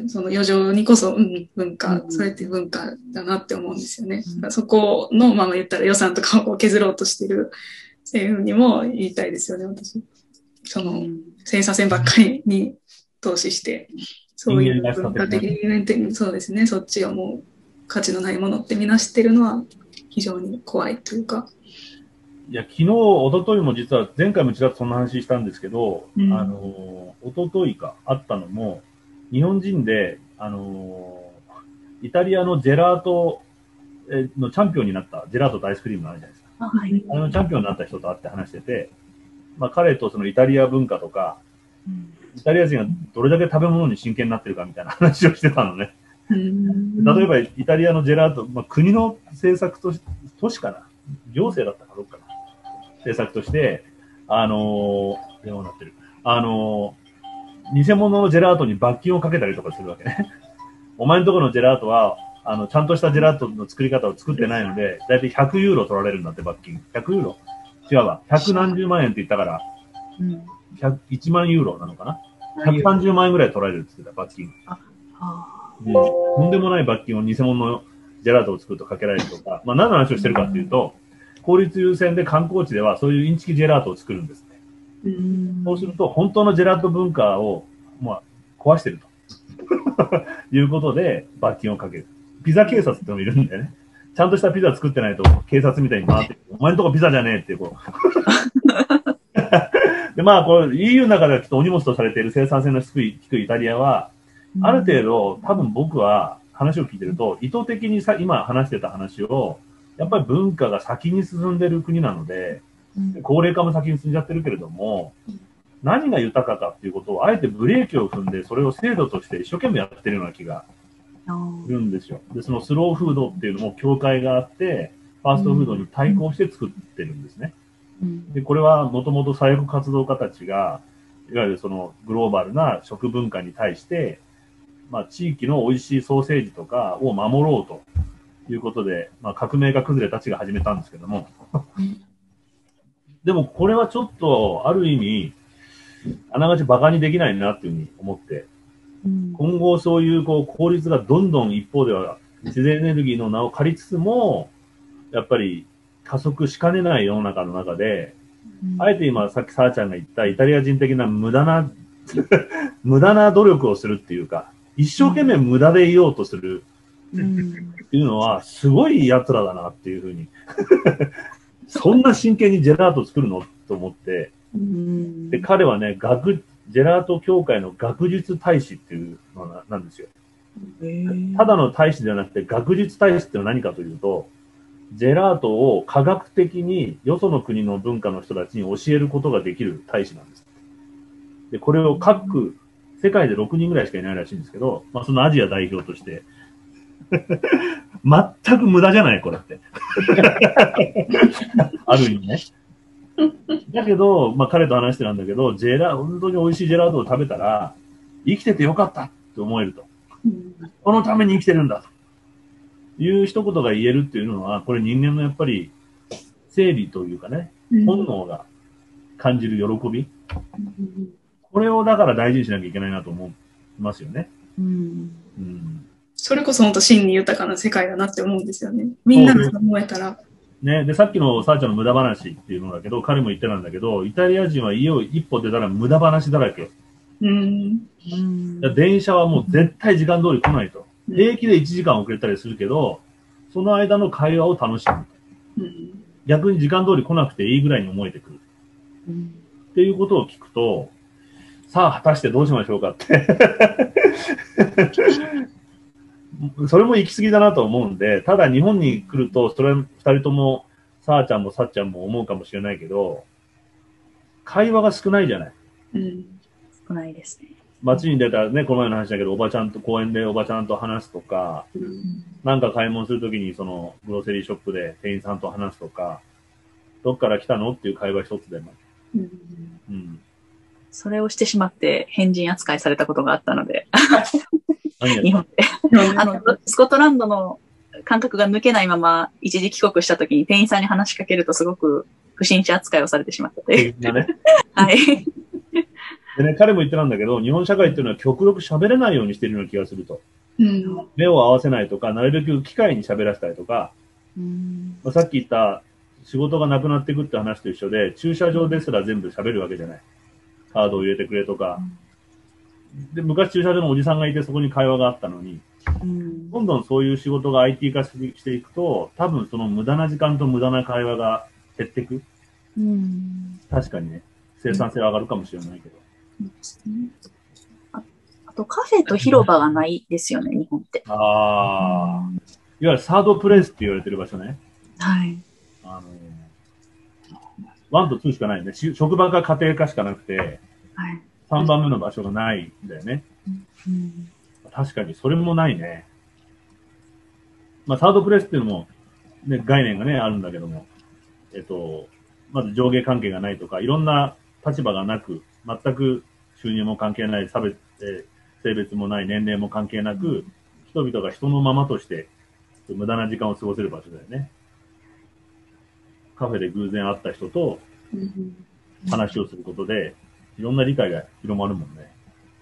その余剰にこそ、文化、それって文化だなって思うんですよね。そこの、言ったら予算とかをこう削ろうとしてるっていうふうにも言いたいですよね、私。その、生産性ばっかりに投資して、そういう文化的に、そうですね、そっちをもう価値のないものってみなしてるのは非常に怖いというか。 いや、昨日、一昨日も実は前回もちらっとそんな話したんですけど、一昨日かあったのも、日本人で、イタリアのジェラートのチャンピオンになったジェラートとアイスクリームのあるじゃないですか。はい、チャンピオンになった人と会って話してて、彼とそのイタリア文化とか、イタリア人がどれだけ食べ物に真剣になってるかみたいな話をしてたのね。例えばイタリアのジェラート、国の政策と都市かな、行政だったかどうかな、政策として、電話になってる。偽物のジェラートに罰金をかけたりとかするわけね。お前のところのジェラートは、ちゃんとしたジェラートの作り方を作ってないので、だいたい100ユーロ取られるんだって、罰金。100ユーロ違うわ。100何十万円って言ったから、1万ユーロなのかな ?130 万円ぐらい取られるって言ってた、罰金。とんでもない罰金を偽物のジェラートを作るとかけられるとか、何の話をしてるかっていうと、効率優先で観光地ではそういうインチキジェラートを作るんですね。そうすると、本当のジェラート文化を、壊してると。いうことで、罰金をかける。ピザ警察ってのもいるんだよね。ちゃんとしたピザ作ってないと、警察みたいに回って、お前のとこピザじゃねえってこう。で、これ EU の中ではきっとお荷物とされている生産性の低いイタリアは、ある程度、多分僕は話を聞いてると、意図的に今話してた話を、やっぱり文化が先に進んでる国なので、高齢化も先に進んじゃってるけれども、何が豊かかっていうことをあえてブレーキを踏んで、それを制度として一生懸命やってるような気がするんですよ。で、そのスローフードっていうのも境界があって、ファーストフードに対抗して作ってるんですね。で、これはもともと左翼活動家たちが、いわゆるそのグローバルな食文化に対して、地域の美味しいソーセージとかを守ろうということで、革命家崩れたちが始めたんですけども。でもこれはちょっと、ある意味、あながち馬鹿にできないなっていうふうに思って、今後そういう効率がどんどん一方では自然エネルギーの名を借りつつも、やっぱり加速しかねない世の中の中で、あえて今さっきさあちゃんが言ったイタリア人的な無駄な努力をするっていうか、一生懸命無駄でいようとするっていうのはすごい奴らだなっていうふうにそんな真剣にジェラート作るのと思って、で彼はね、ジェラート協会の学術大使っていうのなんですよ。ただの大使ではなくて学術大使っていうのは何かというと、ジェラートを科学的によその国の文化の人たちに教えることができる大使なんです。で、これを世界で6人ぐらいしかいないらしいんですけど、そのアジア代表として、全く無駄じゃないこれって。ある意味ね。だけど、彼と話してたんだけど、本当に美味しいジェラートを食べたら、生きててよかったって思えると。このために生きてるんだと。いう一言が言えるっていうのは、これ人間のやっぱり、生理というかね、本能が感じる喜び。これをだから大事にしなきゃいけないなと思いますよね。 それこそ本当真に豊かな世界だなって思うんですよね。みんなが思えたら。 ね、で、さっきのさあちゃんの無駄話っていうのだけど、彼も言ってたんだけど、イタリア人は家を一歩出たら無駄話だらけ。電車はもう絶対時間通り来ないと。平気で1時間遅れたりするけど、その間の会話を楽しむ。逆に時間通り来なくていいぐらいに思えてくる。っていうことを聞くと、さあ果たしてどうしましょうかって。それも行き過ぎだなと思うんで、ただ日本に来ると、それ2人とも、さあちゃんもさっちゃんも思うかもしれないけど、会話が少ないじゃない。 少ないですね。 街に出たらね、この前の話だけど、公園でおばちゃんと話すとか、なんか買い物するときにそのグロセリーショップで店員さんと話すとか、どっから来たのっていう会話一つでも。 それをしてしまって変人扱いされたことがあったので。日本で。スコットランドの感覚が抜けないまま一時帰国したときに店員さんに話しかけるとすごく不審者扱いをされてしまったという。はい。 でね、彼も言ってたんだけど、日本社会っていうのは極力喋れないようにしてるような気がすると。目を合わせないとか、なるべく機械に喋らせたりとか、さっき言った仕事がなくなっていくって話と一緒で、駐車場ですら全部喋るわけじゃない。カードを入れてくれとか。で、昔駐車場のおじさんがいてそこに会話があったのに、どんどんそういう仕事が IT 化していくと、多分その無駄な時間と無駄な会話が減っていく。確かにね、生産性は上がるかもしれないけど。 あとカフェと広場がないですよね、日本って。 いわゆるサードプレイスって言われてる場所ね。 はい。 1と2しかないね。職場か家庭かしかなくて、3番目の場所がないんだよね。確かに、それもないね。まあ、サードプレイスっていうのも、ね、概念がね、あるんだけども、まず上下関係がないとか、いろんな立場がなく、全く収入も関係ない、性別もない、年齢も関係なく、人々が人のままとして、無駄な時間を過ごせる場所だよね。カフェで偶然会った人と話をすることで、いろんな理解が広まるもんね。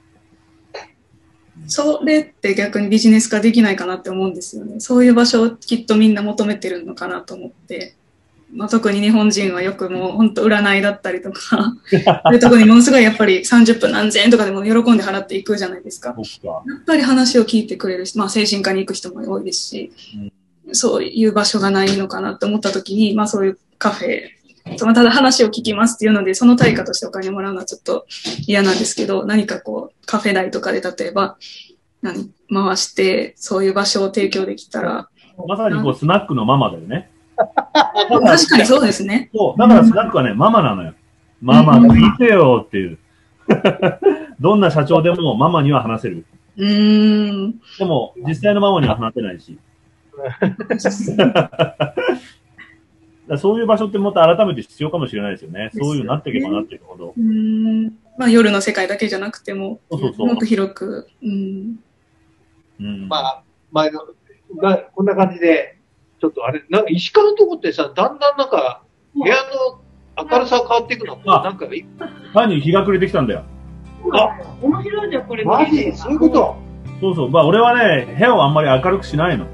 それって逆にビジネス化できないかなって思うんですよね。そういう場所をきっとみんな求めてるのかなと思って。特に日本人はよくもう本当占いだったりとか、そういうところにものすごいやっぱり30分何千円とかでも喜んで払っていくじゃないですか。やっぱり話を聞いてくれるし、精神科に行く人も多いですし、そういう場所がないのかなと思ったときに、そういうカフェ、ただ話を聞きますっていうので、その対価としてお金もらうのはちょっと嫌なんですけど、何かカフェ代とかで例えば、回して、そういう場所を提供できたら。 まさにスナックのママだよね。 確かにそうですね。 そう。だからスナックはね、ママなのよ。ママ、聞いてよっていう。どんな社長でもママには話せる。でも、実際のママには話せないし。そういう場所ってもっと改めて必要かもしれないですよね。そういうなっていけばなっていくほど。 夜の世界だけじゃなくても、もっと広く。 こんな感じで、ちょっと石川のとこってさ、だんだん部屋の明るさ変わっていくの。 単に日が暮れてきたんだよ。 面白いじゃん、これ。 マジ？そういうこと？ そうそう。俺はね、部屋をあんまり明るくしないの。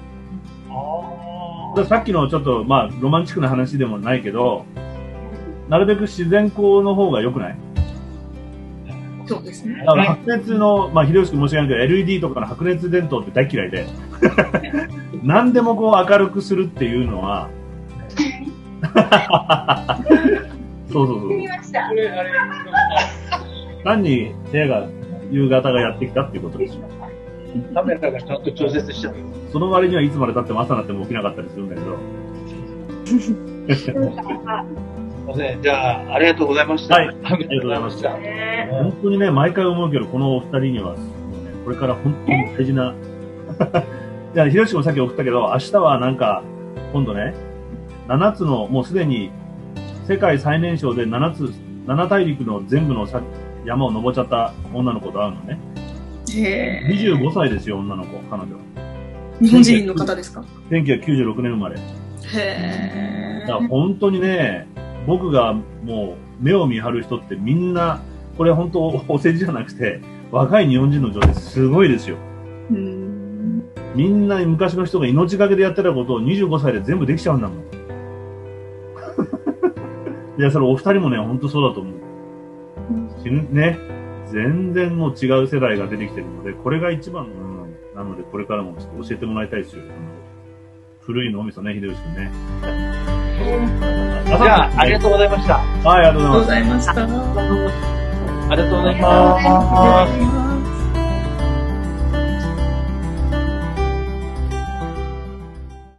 さっきのちょっと、ロマンチックな話でもないけど、なるべく自然光の方が良くない？ そうですね。 だから白熱の、秀吉君申し訳ないけど、LED とかの白熱電灯って大嫌いで、何でも明るくするっていうのは、そう。単に部屋が、夕方がやってきたっていうことですよ。 カメラがちゃんと調節しちゃう。 その割にはいつまで経っても朝になっても起きなかったりするんだけど。 すいません。じゃあ、ありがとうございました。 はい。ありがとうございました。本当にね、毎回思うけど、このお二人には、これから本当に大事な。じゃあ、ひろしもさっき送ったけど、明日は今度ね、7つの、もうすでに、世界最年少で7大陸の全部の山を登っちゃった女の子と会うのね。25歳ですよ、女の子、彼女。 日本人の方ですか？ 1996年生まれ。だから本当にね、僕がもう目を見張る人ってみんな、これ本当お世辞じゃなくて、若い日本人の女性すごいですよ。みんな昔の人が命がけでやってたことを25歳で全部できちゃうんだもん。いや、それお二人もね、本当そうだと思う。ね。全然もう違う世代が出てきてるので、これが一番なので、これからもちょっと教えてもらいたいですよ。古い脳みそね、秀吉君ね。 じゃあ、ありがとうございました。 はい、ありがとうございました。 ありがとうございました。 ありがとうございます。